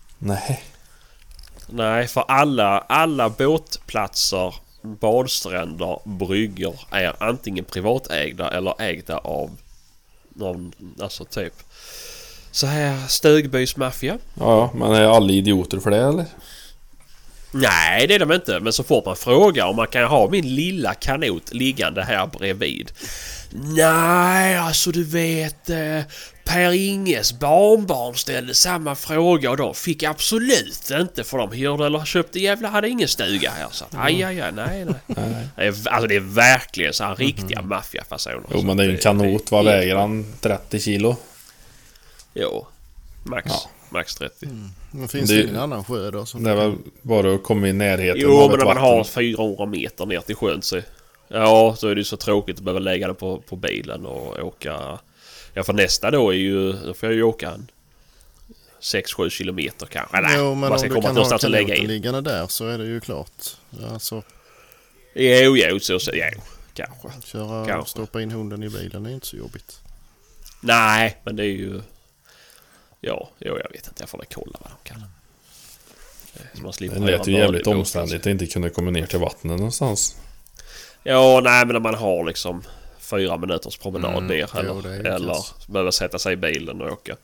Nej, för alla båtplatser, badstränder, bryggor är antingen privatägda eller ägda av någon, alltså typ så här Stögbysmaffia. Ja, men är alla idioter för det eller? Nej, det är de inte. Men så fort man frågar om man kan ha min lilla kanot liggande här bredvid. Nej, alltså du vet, Per Inges barnbarn ställde samma fråga och de fick absolut inte, för de hyrde eller köpte hade ingen stuga här. Så att, nej. Alltså det är verkligen så här riktiga maffiafasoner. Jo, men det är ju en kanot. Vad väger han? 30 kilo? Jo, max 30. Men finns det ingen annan sjö då? Det är väl bara att komma i närheten jo, av men ett när man vatten. har 400 meter ner till sjön så... Ja, så är det ju så tråkigt att behöva lägga det på bilen och åka... Ja, för nästa då är ju... Då får jag ju åka en 6-7 kilometer kanske. Nej, Jo, men man ska om du komma kan någonstans ha och lägga kanoten in. liggande där så är det ju klart. Alltså, Jo, kanske. köra och Kanske. stoppa in hunden i bilen är inte så jobbigt. Nej, men det är ju... Ja, jag vet inte. Jag får kolla vad de kan. Så man slipper Det lät ju göra jävligt vanlig omständigt att inte kunna komma ner till vattnet någonstans. Ja, nej, men när man har liksom 4 minuters promenad ner jo, det är ju eller kass. behöver sätta sig i bilen och åka.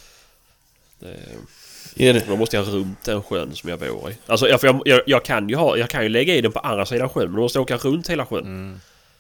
Är det? Då måste jag runt den sjön som jag bor i. Alltså, jag kan ju lägga i den på andra sidan sjön, men då måste jag åka runt hela sjön.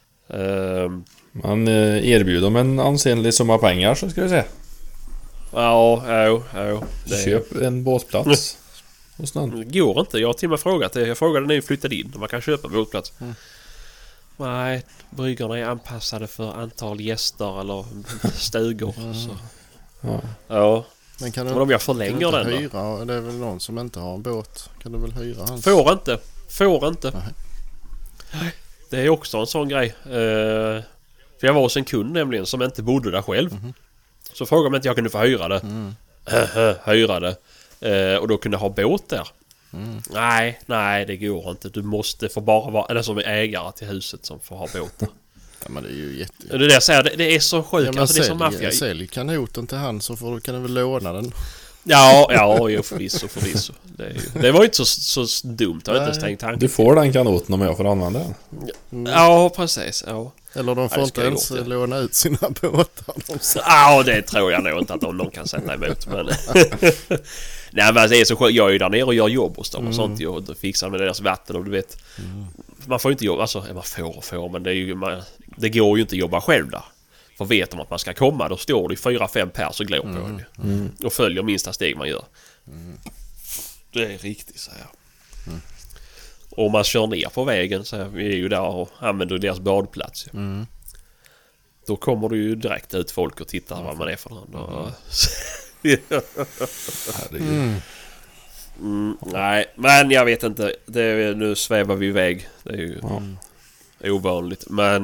Man erbjuder dem en ansenlig summa pengar, så ska du se. Ja. Köp en båtplats hos någon. Det går inte. Jag har till och med frågat det. Jag frågade när jag flyttade in om man kan köpa en båtplats. Nej, bryggorna är anpassade för antal gäster eller stugor. Så. Ja. Men kan Men om jag förlänger den då? hyra? Det är väl någon som inte har en båt. Kan du väl hyra hans? Får inte. Nej. Det är också en sån grej. För jag var hos en kund nämligen som inte bodde där själv. Så frågade man inte jag kunde få hyra det. Hyra det. Och då kunde ha båt där. Nej, det går inte. Du måste få bara vara eller som är ägare till huset som får ha båt där. Ja, men det är ju Det där säger det är så sjukt. Alltså, det är som maffia. Sälj kanoten till han så kan du väl låna den. Ja, förvisso. Det var ju inte så dumt. Jag har inte ens tänkt tanken. Du får den kanoten om jag får använda den. Ja, precis. Ja. Eller de får det inte ska ens gå till. låna ut sina båtar. Ja, det tror jag nog inte att någon kan sätta emot. Men... Nej, men det är så sjukt. Jag är ju där nere och gör jobb hos dem och sånt. Och då fixar med deras vatten och du vet. Man får ju inte jobba. Alltså, man får. Men det är ju, det går ju inte att jobba själv där. För vet de att man ska komma, då står det 4-5 pers och glor på en. Och följer minsta steg man gör. Det är riktigt så här. Och om man kör ner på vägen så här, vi är ju där och använder deras badplats. Då kommer det ju direkt ut folk och tittar vad man är för någon. Nej, men jag vet inte. Nu svävar vi iväg. Det är ju ovanligt. Men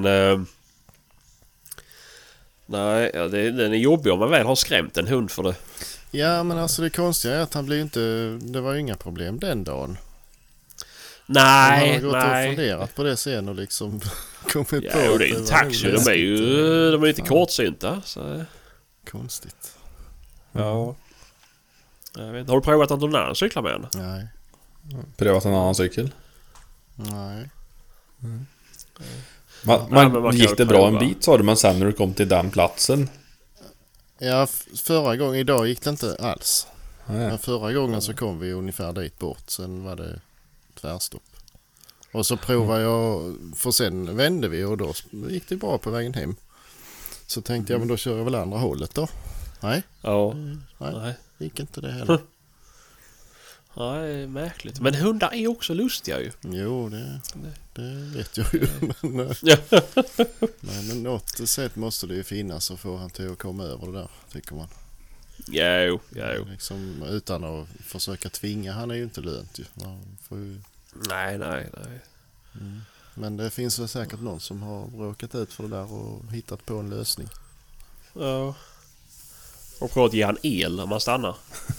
nej, den är jobbig om man väl har skrämt en hund för det. Ja, men alltså det konstiga är att han blir inte... Det var ju inga problem den dagen. Nej, han har gått och funderat på det sen och liksom kommit på... Ja, och det är ju en taxi. De är ju inte kortsynta. Så. Konstigt. Ja. Jag vet. Har du provat att någon annan cyklar med henne? Nej. Prövat en annan cykel. Nej. Man gick det bra en bit sa du, men sen när du kom till den platsen. Ja, förra gången, idag gick det inte alls. Nej. Men förra gången så kom vi ungefär dit bort. Sen var det tvärstopp. Och så provade jag, för sen vände vi och då gick det bra på vägen hem. Så tänkte jag, men då kör jag väl andra hållet då. Nej, Ja. nej. Gick inte det heller. Nej, märkligt. Men hundar är också lustiga ju. Jo, det vet jag ju. Men något sätt måste det ju finnas att få han till att komma över det där, tycker man. Jo. Liksom, utan att försöka tvinga, han är ju inte lönt ju. Man får ju... Nej. Men det finns väl säkert någon som har råkat ut för det där och hittat på en lösning. Ja. Och prova att ge han el om man stannar.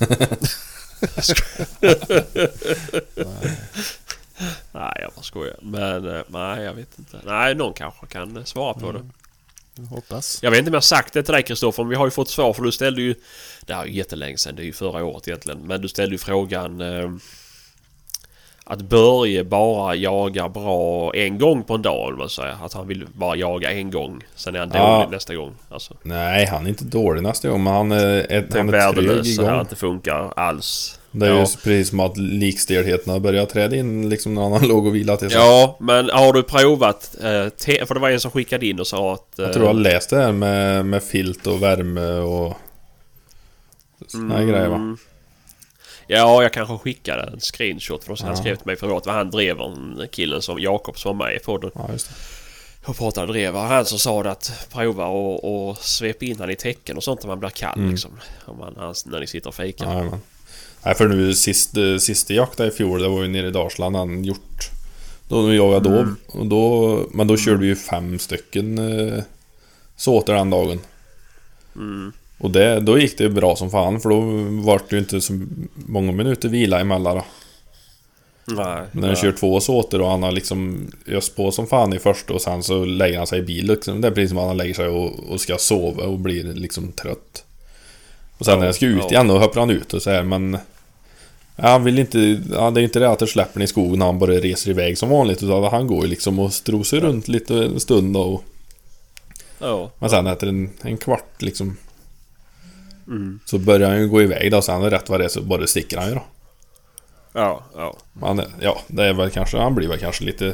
Nej, jag bara skojar. Men nej, jag vet inte. Nej, någon kanske kan svara på det. Jag hoppas. Jag vet inte om jag har sagt det till dig, Kristoffer, men vi har ju fått svar, för du ställde ju... Det här är ju jättelänge sedan, det är ju förra året egentligen. Men du ställde ju frågan... att Börje bara jagar bra en gång på en dag, man säger. Att han vill bara jaga en gång. Sen är han dålig nästa gång. Alltså. Nej, han är inte dålig nästa gång, men han är trygg värdelös, så här igång. inte funkar alls. Det är ju precis som att likstelheten har börjat träda in liksom när han låg och vilat till sig. Ja, men har du provat... för det var en som skickade in och sa att... Jag tror jag har läst det här med filt och värme och såna här grejer, va? Ja, jag kanske skickade en screenshot från han skrev till mig förut. Vad han drev, en killen som Jakob som var med i podden. Ja, just det. Jag pratade drev. Han som sa det att prova och svepa in han i tecken och sånt när man blir kall liksom. Om man, när ni sitter och fikar. Ja, men. Nej, för nu sista jakten i fjol, det var ju nere i Dalsland han gjort. Då vi jagade men då körde vi ju 5 stycken såter den dagen. Och då gick det bra som fan, för då var det ju inte så många minuter vila emellan då. Nej. När han kör 2 såter och han har liksom öst på som fan i första och sen så lägger han sig i bil liksom. Det är precis som att han lägger sig och ska sova och blir liksom trött. Och sen när jag ska ut igen då hoppar han ut och så här, men han vill inte, det är inte det att det släpper i skogen när han bara reser iväg som vanligt, utan han går ju liksom och strosar runt lite en stund då. Men sen efter en kvart liksom så börjar han ju gå iväg då, sen rätt vad det är så bara sticker han ju då. Ja. Men, ja, det är väl kanske, han blir väl kanske lite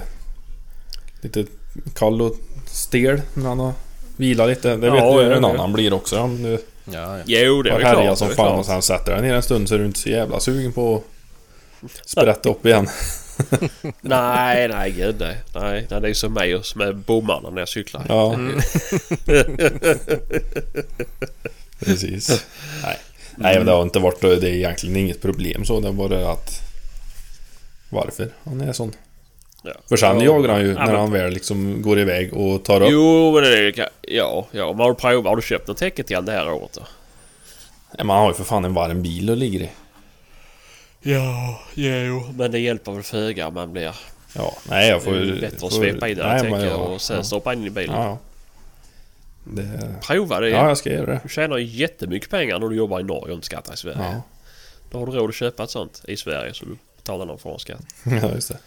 kall och stel när han har vilat lite. Det vet du hur en annan blir också. Han Jo, det är klart. klart. Som fan och sen sätter den ner en stund så är du inte så jävla sugen på att sprätta upp igen. nej, gud nej. Nej, det är ju som mig och med bommarna när jag cyklar. Ja. Precis. Nej, men det har inte varit, det är egentligen inget problem så, det är bara att varför han är sån. Ja. För sen jagar han ju när han väl liksom går iväg och tar upp. Jo, men det är ja, men har du köpt något täcket till det här året då? Ja, man har ju för fan en varm bil och ligger i. Ja, men det hjälper väl föga om man blir... Ja, nej, jag får det är bättre att svepa in det täcket och sen stoppa in i bilen. Ja. Prova det. Ja, jag ska göra det. Du tjänar ju jättemycket pengar när du jobbar i Norge och inte skattar i Sverige. Ja. Då har du råd att köpa ett sånt i Sverige så du betalar någon form av skatt. Ja, just det.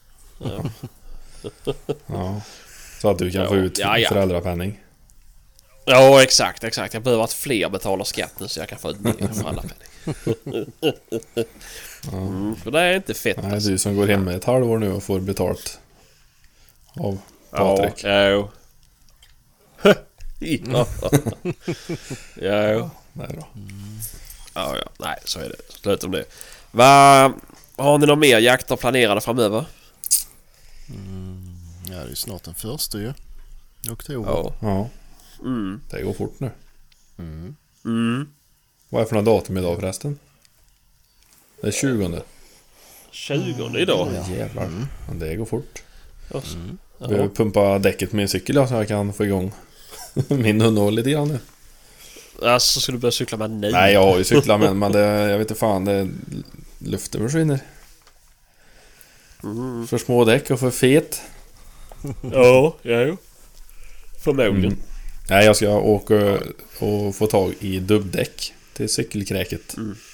Ja. Så att du kan få ut föräldrapenning. Ja, exakt. Jag behöver att fler betalar skatt nu så jag kan få ut mer föräldrapenning. För det är inte fett. Nej, alltså. du som går hem med ett halvår nu och får betalt av Patrik. Ja. Det är bra. Ja. Nej, så är det. Slut om det. Har ni några mer jakter planerade framöver? Ja, det är snart den första ju. Oktober. Ja. Det går fort nu. Vad är för några datum idag förresten? Det är 20. 20 idag? Ja, jävlar. Men det går fort. Jag behöver pumpa däcket med min cykel då, så jag kan få igång min hundhåll lite grann nu. Alltså, ska du börja cykla med nej? Nej, jag har ju cyklat med, men det, jag vet inte fan, det luften försvinner. För små däck och för fet. Ja. Förmodligen. Nej, jag ska åka och få tag i dubbdäck till cykelkräket.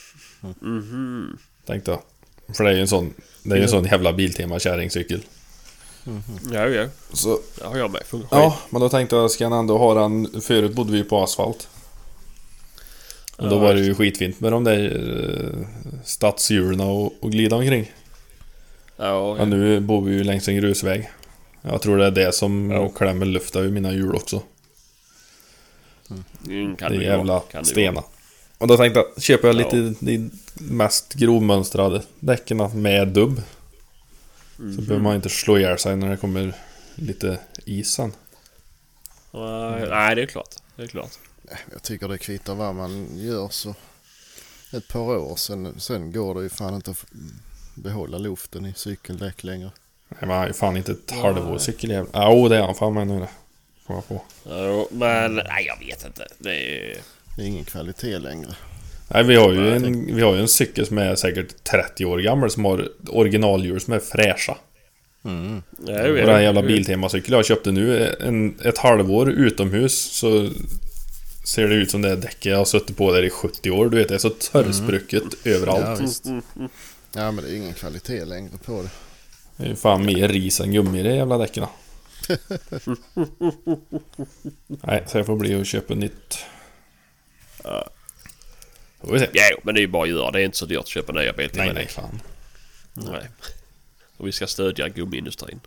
Tänkte jag. För det är ju en sån, det är ju en sån jävla Biltema kärringcykel. Ja. Så det har jag med. ja, men då tänkte jag, ska jag ändå ha den. Förut bodde vi på asfalt. Och då var det ju skitfint med de där stadshjulen och glida omkring. Ja, Men nu bor vi ju längs en grusväg. Jag tror det är det som klämmer lufta ur mina hjul också. Kan Det är det jävla vara, kan det stena. Och då tänkte jag, köper jag lite de mest grovmönstrade däcken med dubb. Så behöver man inte slå ihjäl sig när det kommer lite is sen. Nej, det är klart. Det är klart. Jag tycker det kvittar vad man gör så ett par år sen går det ju fan inte att behålla luften i cykeldäck längre. Nej, man har ju fan inte ett halvår cykeljävel. Ja, det är han fan med nu det. Kommer jag på. Ja, men nej, jag vet inte. Det är ingen kvalitet längre. Nej, vi har ju en cykel som är säkert 30 år gammal som har originalhjul som är fräscha. Och den här jävla Biltema-cykel jag köpte nu ett halvår utomhus så ser det ut som det däcket jag har suttit på där i 70 år. Du vet, det är så törrsprucket överallt. Ja, visst. Ja, men det är ingen kvalitet längre på det. Det är ju fan mer ris än gummi i det jävla däcken. Nej, så jag får bli och köpa nytt. Får vi se. Ja, men det är ju bara att göra. Det är inte så dyrt att köpa nya Biltema. Nej, fan. Nej. Och vi ska stödja gummiindustrin.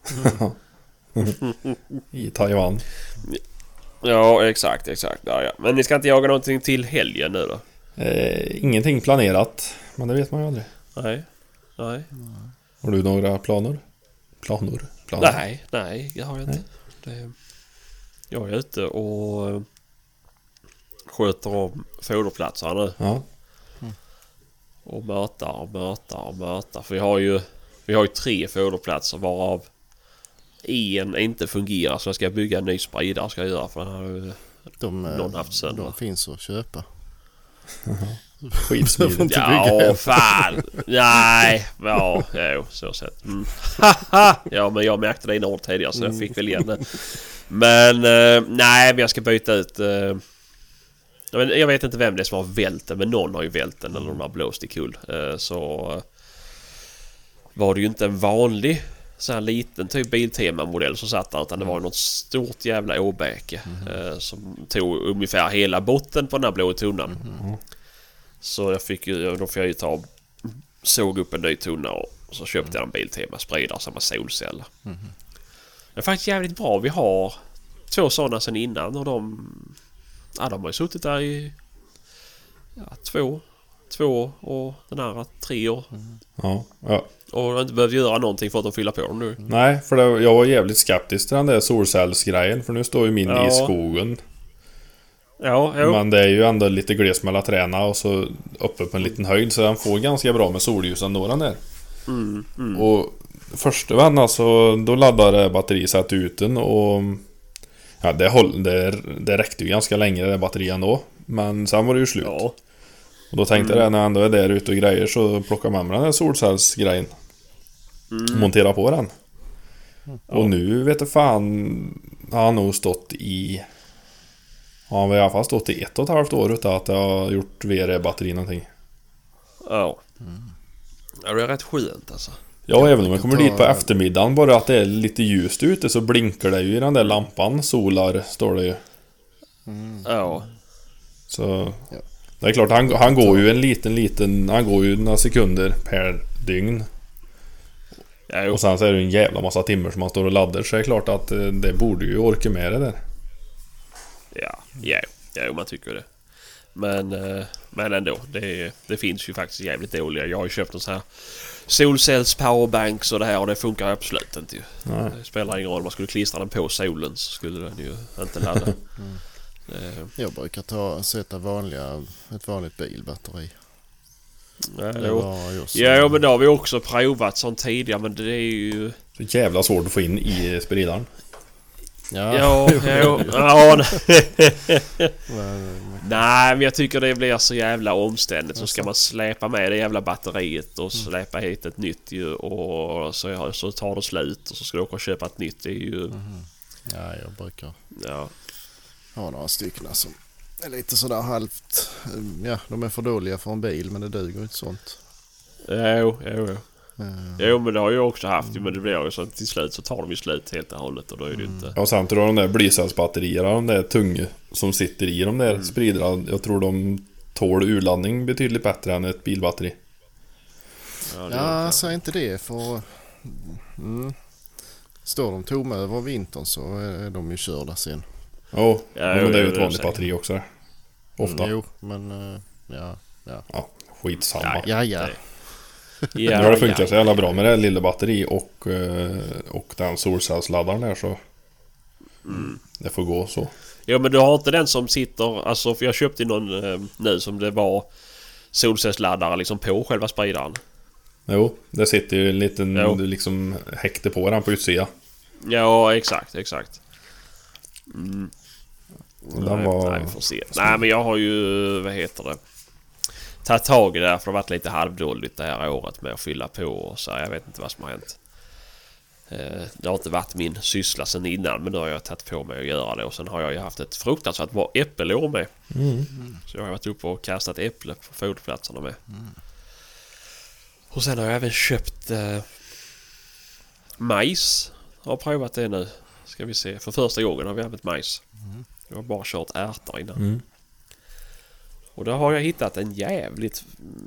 I Taiwan. Ja, exakt. Ja. Men ni ska inte jaga någonting till helgen nu då? Ingenting planerat. Men det vet man ju aldrig. Nej. Har du några planer? Planer? Nej, det har jag inte. Jag är ute och sköter om foderplatserna nu. Ja. Och mötar. För vi har ju 3 foderplatser varav en inte fungerar, så jag ska bygga en ny spridare ska jag göra, för någon haft sönder. De finns att köpa. Skitsmidigt. Ja, fan. Nej, så sett. Ja, men jag märkte det innan tidigare så jag fick väl igen det. Men nej, men jag ska byta ut. Jag vet inte vem det är som har vält den, men någon har ju vält den eller någon har blåst i kull. Så var det ju inte en vanlig så här liten typ Biltema-modell som satt där, utan det var något stort jävla åbäke som tog ungefär hela botten på den här blå tunnan. Så då fick jag ju ta såg upp en ny tunna och så köpte jag en Biltema-spridare som var solceller. Det är faktiskt jävligt bra. Vi har 2 sådana sen innan och de har ju suttit där i 2 och den här 3 år. Ja. Och jag har inte behövt göra någonting för att de fyller på dem nu. Nej, för jag var jävligt skeptisk till den där solcellsgrejen. För nu står ju min i skogen. Ja. Men det är ju ändå lite gles mellan träna och så uppe på en liten höjd. Så den får ganska bra med solljus ändå den där. Och första vändan alltså, då laddade batteriet ut den och ja, det räckte ju ganska länge det batteriet ändå. Men sen var det ju slut. Ja. Och då tänkte jag när jag ändå är där ute och grejer så plockar man med den här solcellsgrejen. Montera på den. Och nu vet jag fan, har han nog stått i... Ja, han har i alla fall stått i 1,5 år utan att jag har gjort VR-batteri någonting. Ja. Ja, det är rätt skönt alltså. Ja, även om jag kommer dit på eftermiddagen, bara att det är lite ljust ute så blinkar det ju i den där lampan. Solar står det ju. Ja. Så det är klart, han går ju en liten, han går ju några sekunder per dygn. Ja, och sen så är det en jävla massa timmar som man står och laddar, så är det klart att det borde ju orka med det där. Ja, man tycker det. Men ändå, det finns ju faktiskt jävligt dåliga. Jag har ju köpt en sån här solcells powerbanks och det här, och det funkar absolut inte ju. Det spelar ingen roll, man skulle klistra den på solen så skulle den ju inte ladda. Jag brukar sätta ett vanligt bilbatteri. Ja, men då har vi också provat sånt tidigare, men det är ju så jävla svårt att få in i spridaren. Ja. Nej, men jag tycker det blir så jävla omständigt. Så ska man släpa med det jävla batteriet och släpa hit ett nytt ju, och så tar det slut och så ska du åka och köpa ett nytt. Det är ju... Ja, jag brukar ha några stycken som är lite sådär halvt... Ja, de är för dåliga för en bil, men det duger inte sånt. Jo, men det har jag också haft, men det blir ju så till slut så tar de ju slut helt och hållet, och då är det inte... Ja, sen tror jag de där blycellsbatterierna, de där tunga som sitter i de där spridarna, jag tror de tål urladdning betydligt bättre än ett bilbatteri. Ja, säg inte det, för Står de tomma över vintern så är de ju körda sen. Ja, Ja, men det är ju jo, ett det vanligt säkert. batteri också. Ofta. Jo, men ja. Ja, skitsamma. Ja. Nu har det funkat så jävla bra med det här lilla batteri och den solcellsladdaren där så det får gå så. Ja, men du har inte den som sitter... Alltså, för jag köpte någon nu som det var solcellsladdare liksom på själva spridaren. Jo, det sitter ju en liten Jo. liksom häkte på den på utsidan. Ja, exakt. Och den var... Nej, vi får se. Nej, men jag har ju... Vad heter det? Tagit tag i det här för det har varit lite halvdåligt det här året med att fylla på och så. Jag vet inte vad som har hänt. Det har inte varit min syssla sen innan, men nu har jag tagit på mig att göra det. Och sen har jag ju haft ett fruktansvärt bra äppelår med. Så jag har varit uppe och kastat äpple på foderplatserna med. Och sen har jag även köpt majs. Jag har provat det nu. Ska vi se. För första gången har vi använt majs. Jag har bara kört ärtor innan. Och då har jag hittat en jävligt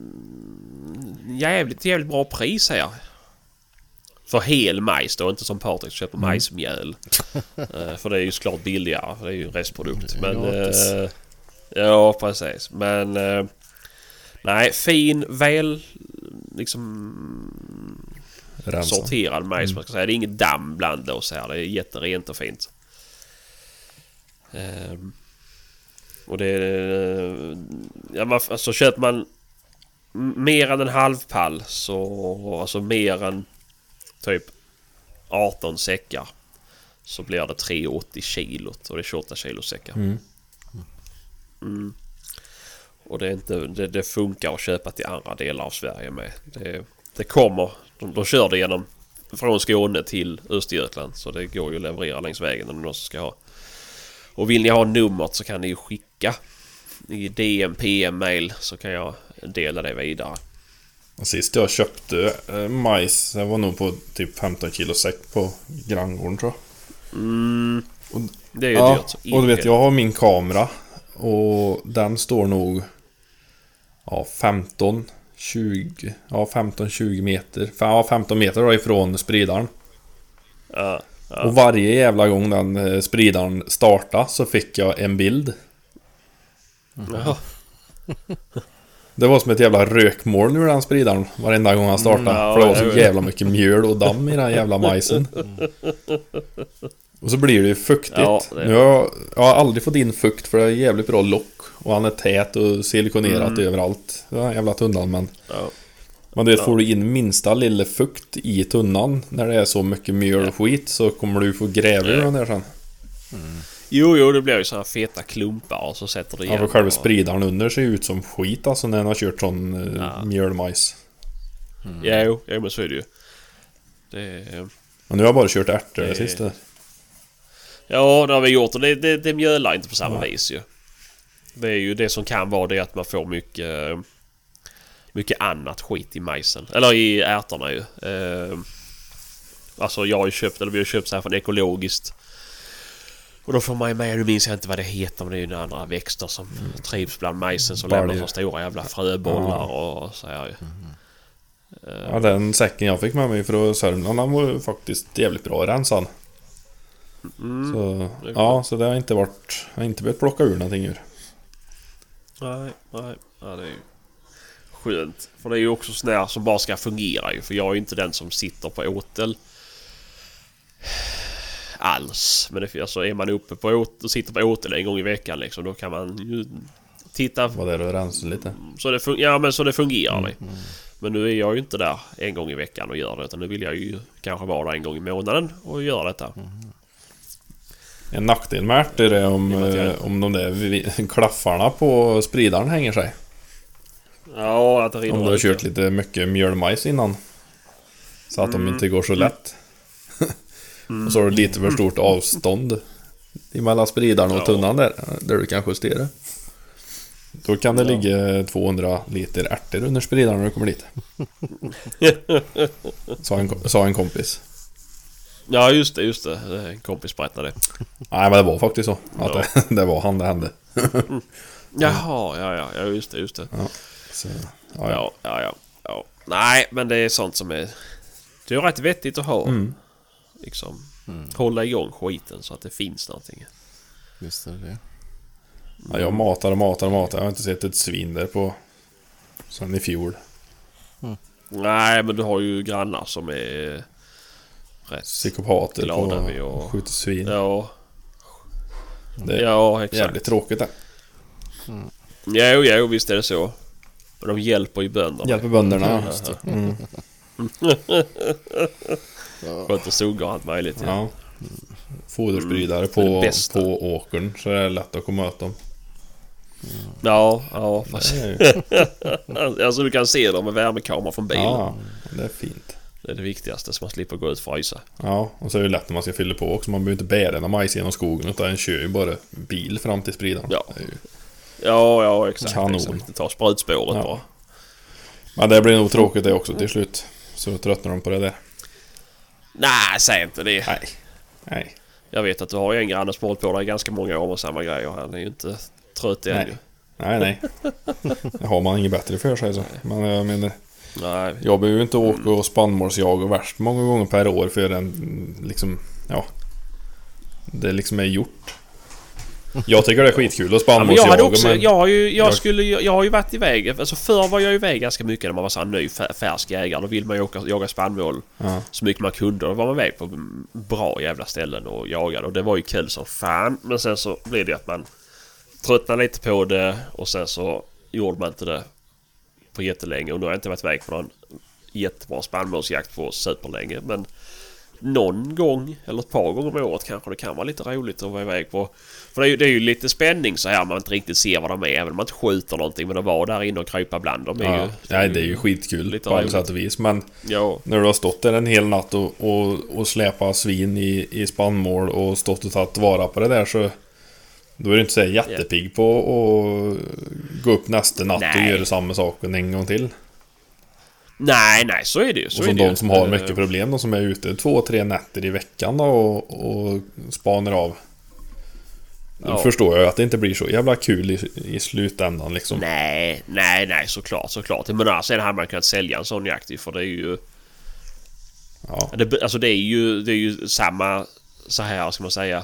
bra pris här. För hel majs då, inte som Patrik köper majsmjöl. För det är ju såklart billigare, för det är ju en restprodukt. Men ja, precis. Men nej, fin, väl liksom Rensa. sorterad majs, man ska säga. Det är inget damm bland det och så här. Det är jätterent och fint. Och det ja, alltså köper man mer än en halv pall så alltså mer än typ 18 säckar så blir det 3,80 kilot och det är 28 kilo säckar. Och det är inte det funkar att köpa till andra delar av Sverige med. Det kommer de kör det genom från Skåne till Östergötland så det går ju att leverera längs vägen om någon ska ha. Och vill ni ha numret så kan ni ju skicka i DM, PM, mail så kan jag dela det vidare. Sist jag köpte majs, det var nog på typ 15 kilo säck på granngården tror jag. Det är ju Ja, dyrt. och du vet jag har min kamera och den står nog 15-20 meter. 15 meter då ifrån spridaren. Ja. Och varje jävla gång den spridaren startade så fick jag en bild. Ja. Det var som ett jävla rökmoln ur den spridaren varenda gång han startade. Ja, för det var så jag vet. jävla mycket mjöl och damm i den jävla majsen. Och så blir det ju fuktigt. Ja, det är- Nu jag har aldrig fått in fukt för det är jävligt bra lock. Och han är tät och silikonerat överallt. Det är en jävla tunnan men... Ja. Men du vet, får du in minsta lille fukt i tunnan när det är så mycket mjöl och skit så kommer du få gräva ur den där sen. Jo, det blir ju såna feta klumpar och så sätter det Ja, igen. för själva och- spridaren under ser ut som skit alltså när han har kört sån mjölmajs. Ja, men så är det ju. Det... Men nu har jag bara kört ärtor det Det- sista. Ja, det har vi gjort och det mjölar inte på samma vis ju. Det är ju det som kan vara det att man får mycket annat skit i majsen. Eller i ärtorna ju. Alltså jag har ju köpt, eller vi har köpt så här från ekologiskt. Och då får man ju med, nu minns jag inte vad det heter, men det är ju några andra växter som trivs bland majsen som lämnar så stora jävla fröbollar och så här ju. Ja, den säcken jag fick med mig från Sörmland den var ju faktiskt jävligt bra rensad. Så, ja, så det har inte varit... Jag har inte behövt plocka ur någonting ur. Nej. Ja, det är ju skönt. För det är ju också sån här som bara ska fungera ju. För jag är ju inte den som sitter på åtel alls. Men det, alltså, är man uppe på åtel och sitter på åtel en gång i veckan liksom, då kan man ju titta. Var det att rensa lite? Så det så det fungerar det. Men nu är jag ju inte där en gång i veckan och gör det. Utan nu vill jag ju kanske vara där en gång i månaden och göra detta. En nackdel med ärtor är om de där klaffarna på spridaren hänger sig. Ja, att det rinner Om du har ut, kört ja. lite mycket mjölmajs innan. Så att de inte går så lätt. Och så har du lite för stort avstånd emellan spridaren och tunnan där du kan justera. Då kan det ligga 200 liter ärtor under spridaren när du kommer dit. Sa en kompis. Ja, just det. En kompis berättade det. Nej, men det var faktiskt så. Att det var han det hände. Jaha, ja, just det. Så, ja. Ja. Nej, men det är sånt som är Det är ju rätt vettigt att ha. Liksom hålla igång skiten så att det finns någonting. Visst är det. Ja, jag matar. Jag har inte sett ett svin där på sen i fjol. Nej, men du har ju grannar som är rätt Psykopater glada på vid och skjuter svin. Ja. Det är Ja, exakt. jävligt tråkigt det. Jo, visst är det så. Men de hjälper ju bönderna. Hjälper bönderna. Sköter sugar och allt möjligt. Ja. Foderspridare det på åkern, så är det lätt att komma åt dem. Ja, fast... Det är alltså du kan se dem med värmekamera från bilen. Ja, det är fint. Det är det viktigaste, så man slipper gå ut och frysa. Ja, och så är det lätt när man ska fylla på också. Man behöver inte bära den majs genom skogen, utan en kör ju bara bil fram till spridaren. Ja. Det är ju... Ja, exakt. Kanon. Exakt. Det tar sprutspåret Ja. bara. Men det blir nog tråkigt det också till slut. Så tröttnar de på det där. Nej, säg inte det. Nej. Jag vet att du har ju en granne som hållit på där i ganska många år med samma grejer. Han är ju inte trött än ju. Nej. Det har man inget bättre för sig så. Men jag menar, Nej. jag behöver ju inte åka och spannmålsjaga värst många gånger per år för den liksom, ja, det liksom är gjort. Jag tycker det är skitkul att spannmålsjaga. Jag hade också, men jag har ju varit iväg. Alltså förr var jag iväg ganska mycket när man var så här ny färsk jägare. Då vill man ju jaga spannmål så mycket man kunde. Då var man iväg på bra jävla ställen och jagade. Och det var ju kul som fan. Men sen så blev det att man tröttnade lite på det. Och sen så gjorde man inte det på jättelänge. Och nu har jag inte varit iväg på någon jättebra spannmålsjakt på superlänge. Men någon gång eller ett par gånger om året kanske det kan vara lite roligt att vara iväg på. För det är ju lite spänning så här, man inte riktigt ser vad de är, även om man inte skjuter någonting, men att vara där inne och krypa bland dem är ju... Nej, det är ju skitkul lite på alla roligt. sätt och vis. Men Ja. när du har stått där en hel natt och släpat svin i spannmål och stått och tagit vara på det där, så då är du inte så jättepigg på att gå upp nästa natt och göra samma sak en gång till. Nej, så är det ju. Och som de som har mycket problem, de som är ute 2-3 nätter i veckan då, och spanar av. Då förstår jag att det inte blir så jävla kul i slutändan liksom. Nej, såklart. Men alltså hade man kunnat sälja en sån jakt, för det är ju... Ja. Det är ju samma, så här ska man säga...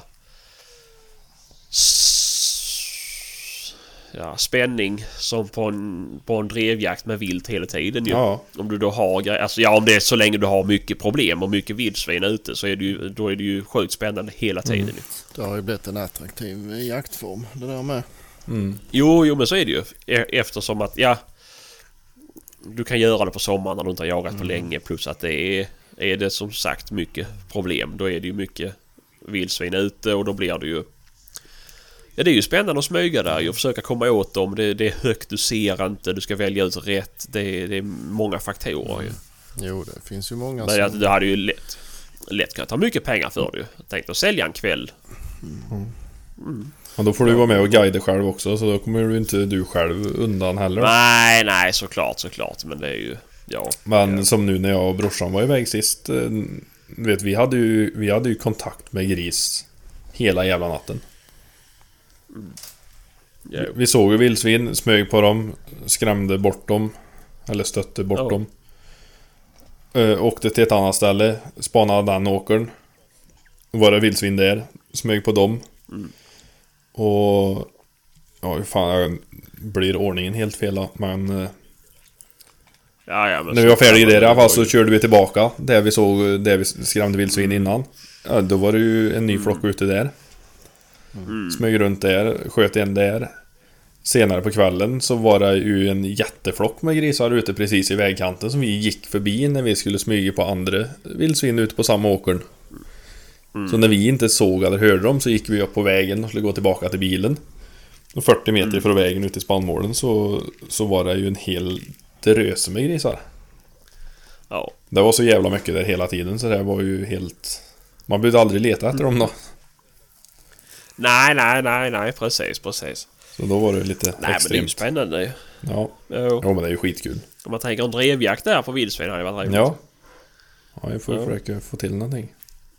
spänning som på en drevjakt med vilt hela tiden ju. Ja. Om du då har om det är så länge du har mycket problem och mycket vildsvin ute, så är det ju, då är det ju sjukt spännande hela tiden. Det har ju blivit en attraktiv jaktform det där med. Jo, men så är det ju, eftersom att du kan göra det på sommaren när du inte har jagat på länge, plus att det är det som sagt mycket problem. Då är det ju mycket vildsvin ute och då blir det ju... Ja, det är ju spännande att smyga där och försöka komma åt dem. Det är högt, du ser inte, du ska välja ut rätt. Det är många faktorer ju. Jo, det finns ju många men som... det hade ju lätt kunnat ta mycket pengar för det ju. Jag tänkte att sälja en kväll. Och då får du vara med och guida själv också, så då kommer du inte du själv undan heller. Nej, såklart. Men det är ju... Ja. Men som nu när jag och brorsan var iväg sist, vet, vi hade ju kontakt med gris hela jävla natten. Vi såg ju vildsvin, smög på dem, skrämde bort dem, eller stötte bort dem. Åkte till ett annat ställe, spanade den åkern. Var det vildsvin där, smög på dem. Och hur fan blir ordningen helt fel då, men men när vi var färdiga där i alla fall så körde vi tillbaka där vi skrämde vildsvin innan. Ja, då var det ju en ny flock ute där. Smög runt där, sköt en där. Senare på kvällen så var det ju en jätteflock med grisar ute precis i vägkanten som vi gick förbi när vi skulle smyga på andra vildsvin ute på samma åkern. Så när vi inte såg eller hörde dem så gick vi upp på vägen och skulle gå tillbaka till bilen. Och 40 meter från vägen ut till spannmålen så var det ju en hel dröse med grisar. Ja. Det var så jävla mycket där hela tiden, så det var ju helt... Man behövde aldrig leta efter dem då. Nej, precis. Så då var det lite extremt. Men det är ju spännande. Ja, men det är ju skitkul. Om man tänker en drevjakt där på vildsvin hade varit roligt. Ja, jag får försöka få till någonting.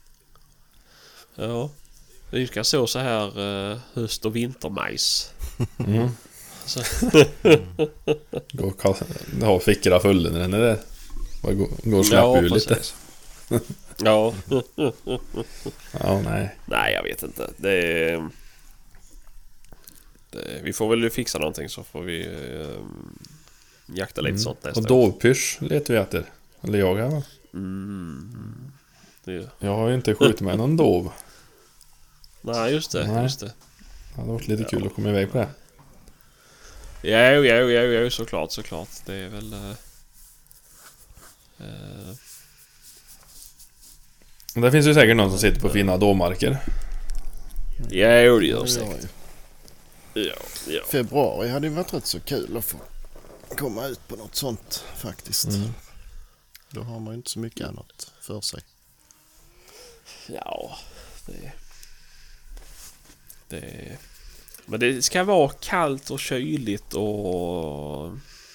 Ja, vi ska så här höst- och vintermajs. Så. Ha fickorna fulla när den är där. Gå och släppa ur lite. Ja. Ja, nej. Nej, jag vet inte. Vi får väl fixa någonting så får vi jakta lite sånt nästa Och år. dovpysch letar vi efter. Eller jag här va? Det- Jag har ju inte skjutit med någon dov. Nej, just det. Nej. Just det. Det hade varit lite kul att komma iväg på det. Ja, såklart. Det är väl... Det finns ju säkert någon som sitter på fina dovmarker. Ja, det gör Ja, säkert. Ja. Februari hade ju varit rätt så kul att få komma ut på något sånt faktiskt. Då har man ju inte så mycket annat för sig. Ja, men det ska vara kallt och kyligt och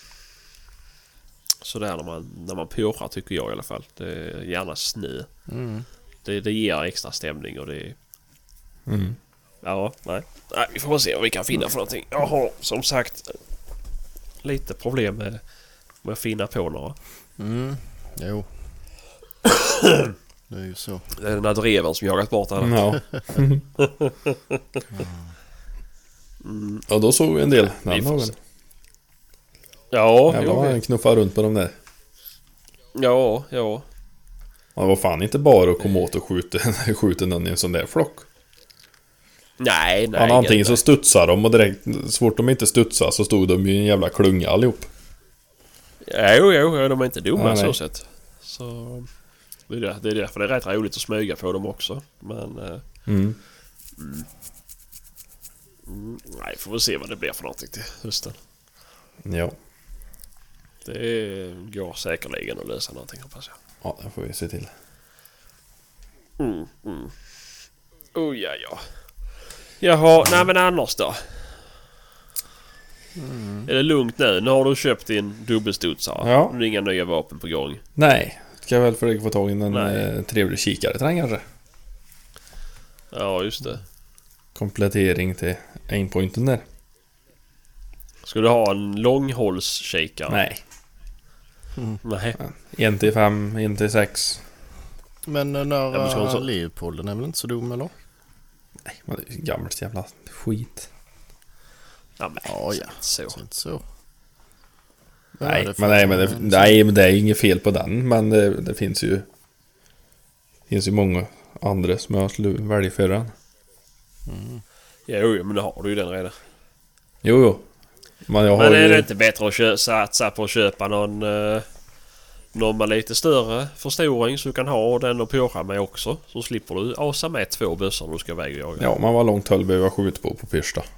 sådär när man pårar tycker jag i alla fall. Det är gärna snö. Det ger extra stämning och det... Ja, nej, vi får se vad vi kan finna för någonting. Jag har som sagt lite problem med att finna på några. Jo. Det är ju så. Det är den där dreven som jagat bort alla. Ja. Ja, då såg vi en del Vi den får dagen. se. Ja, Jävlar vad han knuffade runt på dem där. ja. Ja, det var fan inte bara att komma åt och skjuta någon i en sån där flock. Nej. Han antingen så studsade de och direkt, så fort de inte studsade så stod de i en jävla klunga allihop. Jo, de är inte dumma Nej. så sätt. Så det är därför det är rätt roligt att smyga på dem också. Men nej, får vi se vad det blir för någonting till hösten. Ja, Det går säkerligen att lösa någonting, hoppas jag. ja det får vi se till. Oh ja. Jaha, nej men annars då? Är det lugnt nu? Nu har du köpt din dubbelstudsare. Ja. Nu är inga nya vapen på gång. Nej, ska jag väl försöka få tag i en Nej. trevlig kikare till den kanske. Ja, just det. Komplettering till aimpointen där. Ska du ha en långhållskikare? Nej, Nej. 1-5, 1-6. Men Ja, men ska hon så- Leopolden är väl inte så dum eller? Nej, men det är ju gammalt jävla skit. Ja, men Ja. så. Så inte så. Nej, men det är inget fel på den. Men det finns ju många andra som jag skulle välja för den. Jo, men då har du ju den redan. Jo. Men jag har Men är det ju... inte bättre att satsa på att köpa någon med lite större förstoring så du kan ha den och påra med också? Så slipper du asa med 2 bössor när du ska iväg och jaga. Ja, man var långt höll behöver skjuta på pysch då.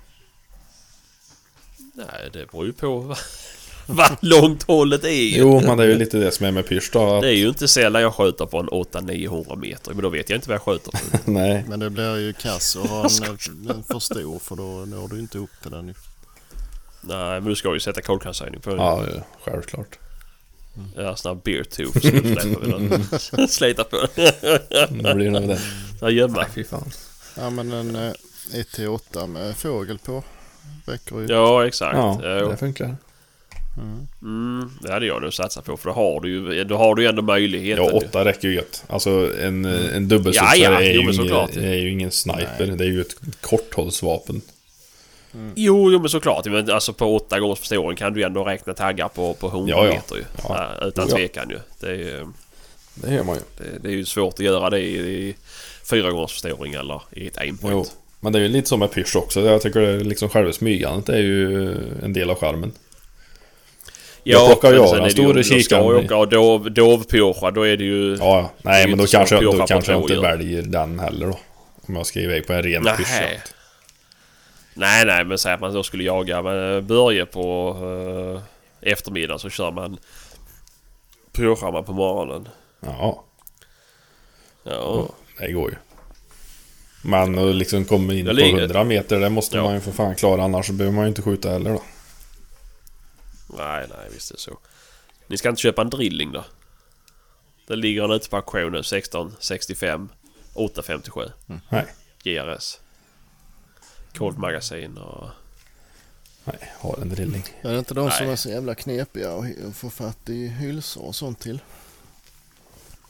Nej, det beror ju på vad långt hållet är ju. Jo, men det är ju lite det som är med pysch då. Att, Det är ju inte sällan jag skjuter på en 800-900 meter. Men då vet jag inte vad jag skjuter på. nej. Men det blir ju kass att ha en för stor för då når du inte upp till den ju. Nej, men du ska ju sätta kolkransöjning på den. Ja, självklart. Ja, sån här beer tooth som du släpar vid slita på. Det blir nog det. Så gömma. Fy fan. Ja men en 1-8 med fågel på räcker ju. Ja, exakt. Ja, Jo. det funkar. Det hade jag nu satsat på. För då har du ju ändå möjligheten. Ja, 8 räcker ju gött. Alltså en dubbelstudsare Ja, är, jo, ju men såklart. är ju ingen sniper. Det är ju ett korthållsvapen. Jo, men såklart. Men alltså på 8 gångers förstoring kan du ju ändå räkna taggar på 100 Ja. meter ju. Ja. Utan Ja. tvekan ju. Det är ju... Det gör man ju. Det är ju svårt att göra det i 4 gångers förstoring eller i ett aimpoint. Jo. Men det är ju lite som med pysch också. Jag tycker det är liksom själva smygandet är ju en del av charmen. Jag plockar ju men av sen den är det ju- stora då ska kikaren. jag åka och dovpiocha, då är det ju... Ja, Det är nej ju men då inte så kanske, att då piocha kanske jag på inte två väljer den heller då. Om jag ska iväg på en ren Nej. pyschjakt. Nej, men säg att man då skulle jaga med Börje på eftermiddagen så kör man piochar man på morgonen. Ja, Ja. det går ju. Men att liksom komma in Jag på ligger- 100 meter, det måste Ja. man ju för fan klara. Annars så behöver man ju inte skjuta heller då. Nej, visst är det så. Ni ska inte köpa en drilling då? Det ligger en ute på auktion nu, 1665 857 Nej, GRS. Cold magasin och... nej, har en drilling. Är det inte de som Nej. är så jävla knepiga att få fatt i hylsor och sånt till?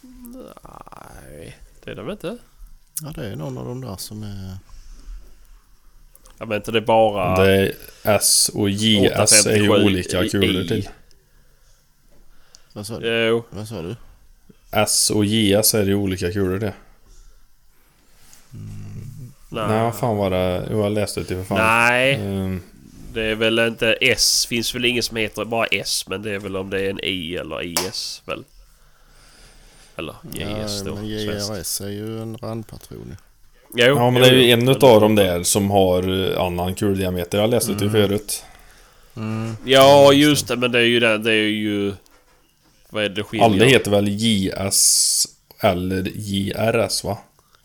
Nej, det är det väl inte? Ja, det är någon av de där som är... Jag vet inte, det är bara... Det är S och JS är ju 857 olika kulor till. Vad sa du? Jo. Vad sa du? S och JS är ju olika kulor det. Nej, vad fan var det? Jo, jag läste det för fan. Nej, det är väl inte S. Finns väl inget som heter bara S, men det är väl om det är en I eller IS väl. Eller JS då. Men JRS är ju en randpatron. Jo, Ja, men det är ju en utav dem där som har annan kuldiameter. Jag läste det förut. Ja, just det, men det är ju den. Det är ju... Vad är det skiljer? Alla heter väl JS eller JRS, va?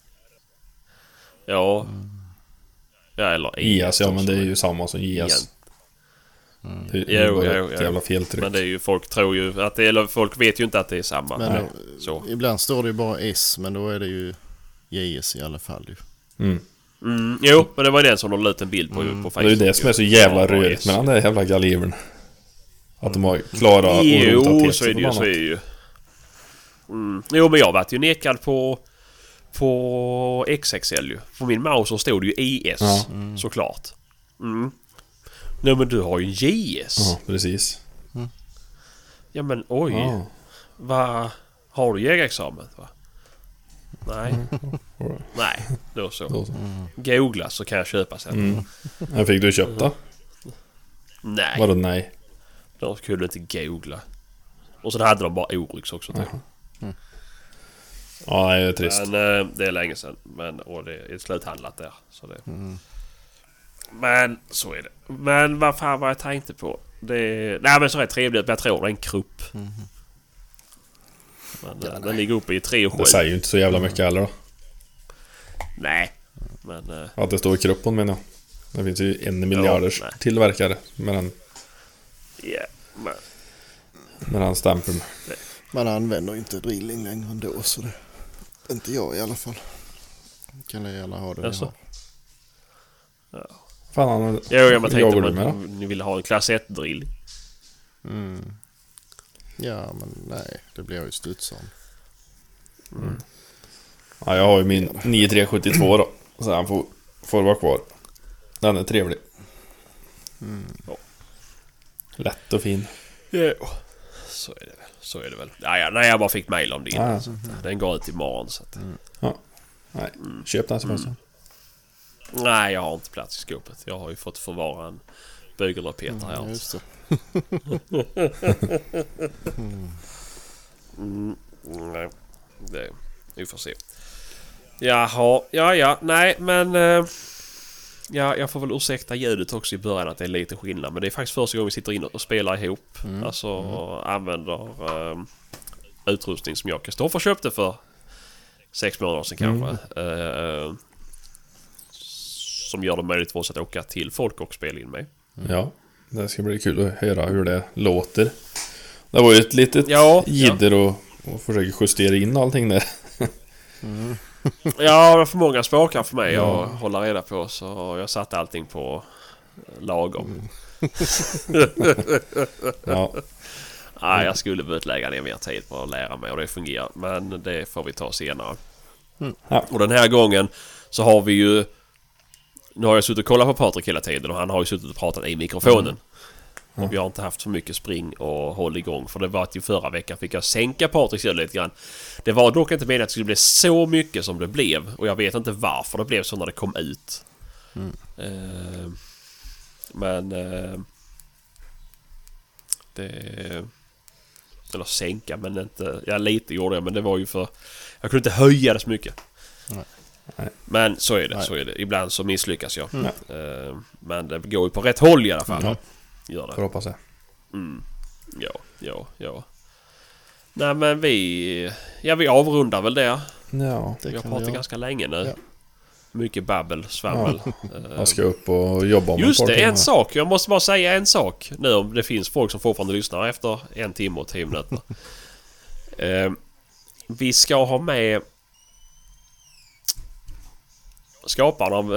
Ja. Ja, eller IS, ja, men det är ju samma som JS. Det är ju bara ett jävla feltryck. Men det är ju, folk tror ju att det, eller folk vet ju inte att det är samma. Men Nej, så. Ibland står det ju bara S, men då är det ju JS i alla fall ju. Jo, men det var den som de la ut en bild på Facebook. Det är ju det som är så jävla rörigt med den där jävla galivern. Att de har klara Jo, så är det ju, så är det ju. Jo, men jag varit ju nekad på XXL ju. På min mouse så stod det ju IS, såklart. Nej, men du har ju en JS. Ja, precis. Ja, men oj. Ja. Vad har du jägarexamen, va? Nej. Nej, då så. Googla så kan jag köpa sen. Men fick du köpt då? Nej, Vadå nej? de skulle inte googla. Och så hade de bara Oryx också till. Ja, det är trist. Men det är länge sedan. Men, och det är sluthandlat där. Så det. Men så är det. Men vad fan var jag tänkte på? Nej, men så är det trevligt. Jag tror det är en krupp. Men den ligger uppe i 3 och 7. Det säger ju inte så jävla mycket heller då. Nej. Men... Att det står i kruppen, menar jag. Det finns ju 1 miljarders tillverkare med den. Ja, men... Med den stämpeln. Man använder inte drilling längre ändå, så det... Inte jag i alla fall. Kan jag gärna ha det Alltså. jag har. Ja. Fan, Jo, jag tänkte jagar du om med då? ni vill ha en klass 1-drill. Ja, men nej. Det blir ju studsaren. Ja, jag har ju min 9372 då. Så han får vara kvar. Den är trevlig. Lätt och fin. Ja, så är det väl. Så är det väl. Ja, nej, jag bara fick mail om det innan. Ja. Så den går ut imorgon. Så att... Nej, köp den Sebastian. Nej, jag har inte plats i skåpet. Jag har ju fått förvara en bögelrepeter här. Just det. Nej, vi får se. Jaha, ja, nej, men... Ja, jag får väl ursäkta ljudet också i början att det är lite skillnad. Men det är faktiskt första gången vi sitter in och spelar ihop. Alltså använder utrustning som jag Kristoffer köpte för 6 månader sedan kanske. Som gör det möjligt för oss att åka till folk och spela in med. Ja, det ska bli kul att höra hur det låter. Det var ju ett litet jidder och försöka justera in allting där. Ja, det var för många språkar för mig att hålla reda på, så jag satte allting på lagom. Ja. Nej, jag skulle behövt lägga ner mer tid på att lära mig och det fungerar. Men det får vi ta senare. Ja. Och den här gången så har vi ju... Nu har jag suttit och kollat på Patrik hela tiden och han har ju suttit och pratat i mikrofonen. Och vi har inte haft så mycket spring och håll igång. För det var att ju förra veckan fick jag sänka Patriks ljud lite grann. Det var dock inte meningen att det skulle bli så mycket som det blev. Och jag vet inte varför det blev så när det kom ut. Men... Eller sänka, men inte... Ja, lite gjorde jag, men det var ju för... Jag kunde inte höja det så mycket. Nej. Men så är det, så är det. Ibland så misslyckas jag. Men det går ju på rätt håll i alla fall. Gör det. Får hoppas det. Ja. Nej, men vi avrundar väl det. Ja. Vi har pratat ganska länge nu. Ja. Mycket babbel, svammel. Jag ska upp och jobba om just det, en sak. Jag måste bara säga en sak. Nu om det finns folk som fortfarande lyssnar efter 1 timme och 10 minuter. Vi ska ha med skaparen av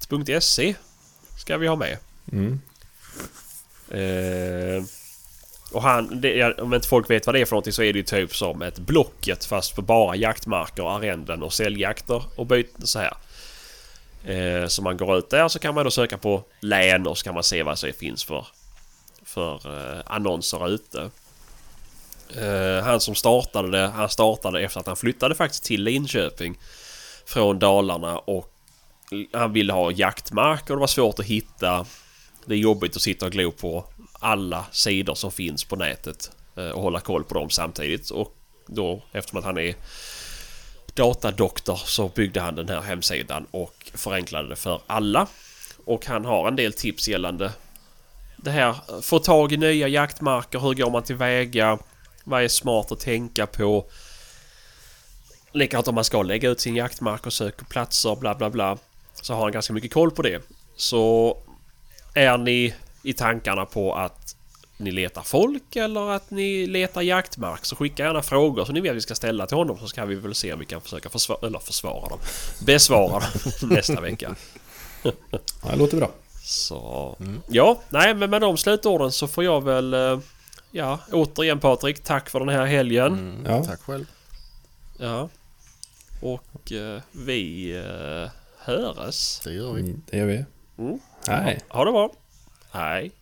hittajakt.se. Ska vi ha med. Och om inte folk vet vad det är för någonting så är det ju typ som ett Blocket fast för bara jaktmarker, arrenden och säljjakter och byten så här. Så man går ut där så kan man då söka på län och så kan man se vad det finns för annonser ute. Han som startade det, han startade efter att han flyttade faktiskt till Linköping från Dalarna och han ville ha jaktmark och det var svårt att hitta. Det är jobbigt att sitta och glo på alla sidor som finns på nätet och hålla koll på dem samtidigt. Och då, eftersom att han är datadoktor, så byggde han den här hemsidan och förenklade det för alla. Och han har en del tips gällande det här. Få tag i nya jaktmarker, hur går man tillväga, vad är smart att tänka på. Likadant om man ska lägga ut sin jaktmark och söka platser, bla bla bla. Så har han ganska mycket koll på det. Så är ni i tankarna på att ni letar folk eller att ni letar jaktmark, så skicka gärna frågor så ni vet att vi ska ställa till honom, så ska vi väl se om vi kan försöka besvara dem nästa vecka. Ja, det låter bra. Så ja, nej, men med de slutorden så får jag väl återigen Patrik, tack för den här helgen. Ja. Tack själv. Ja. Och vi hörs. Det gör vi. Det gör vi. Hej. Ha det bra. Hej.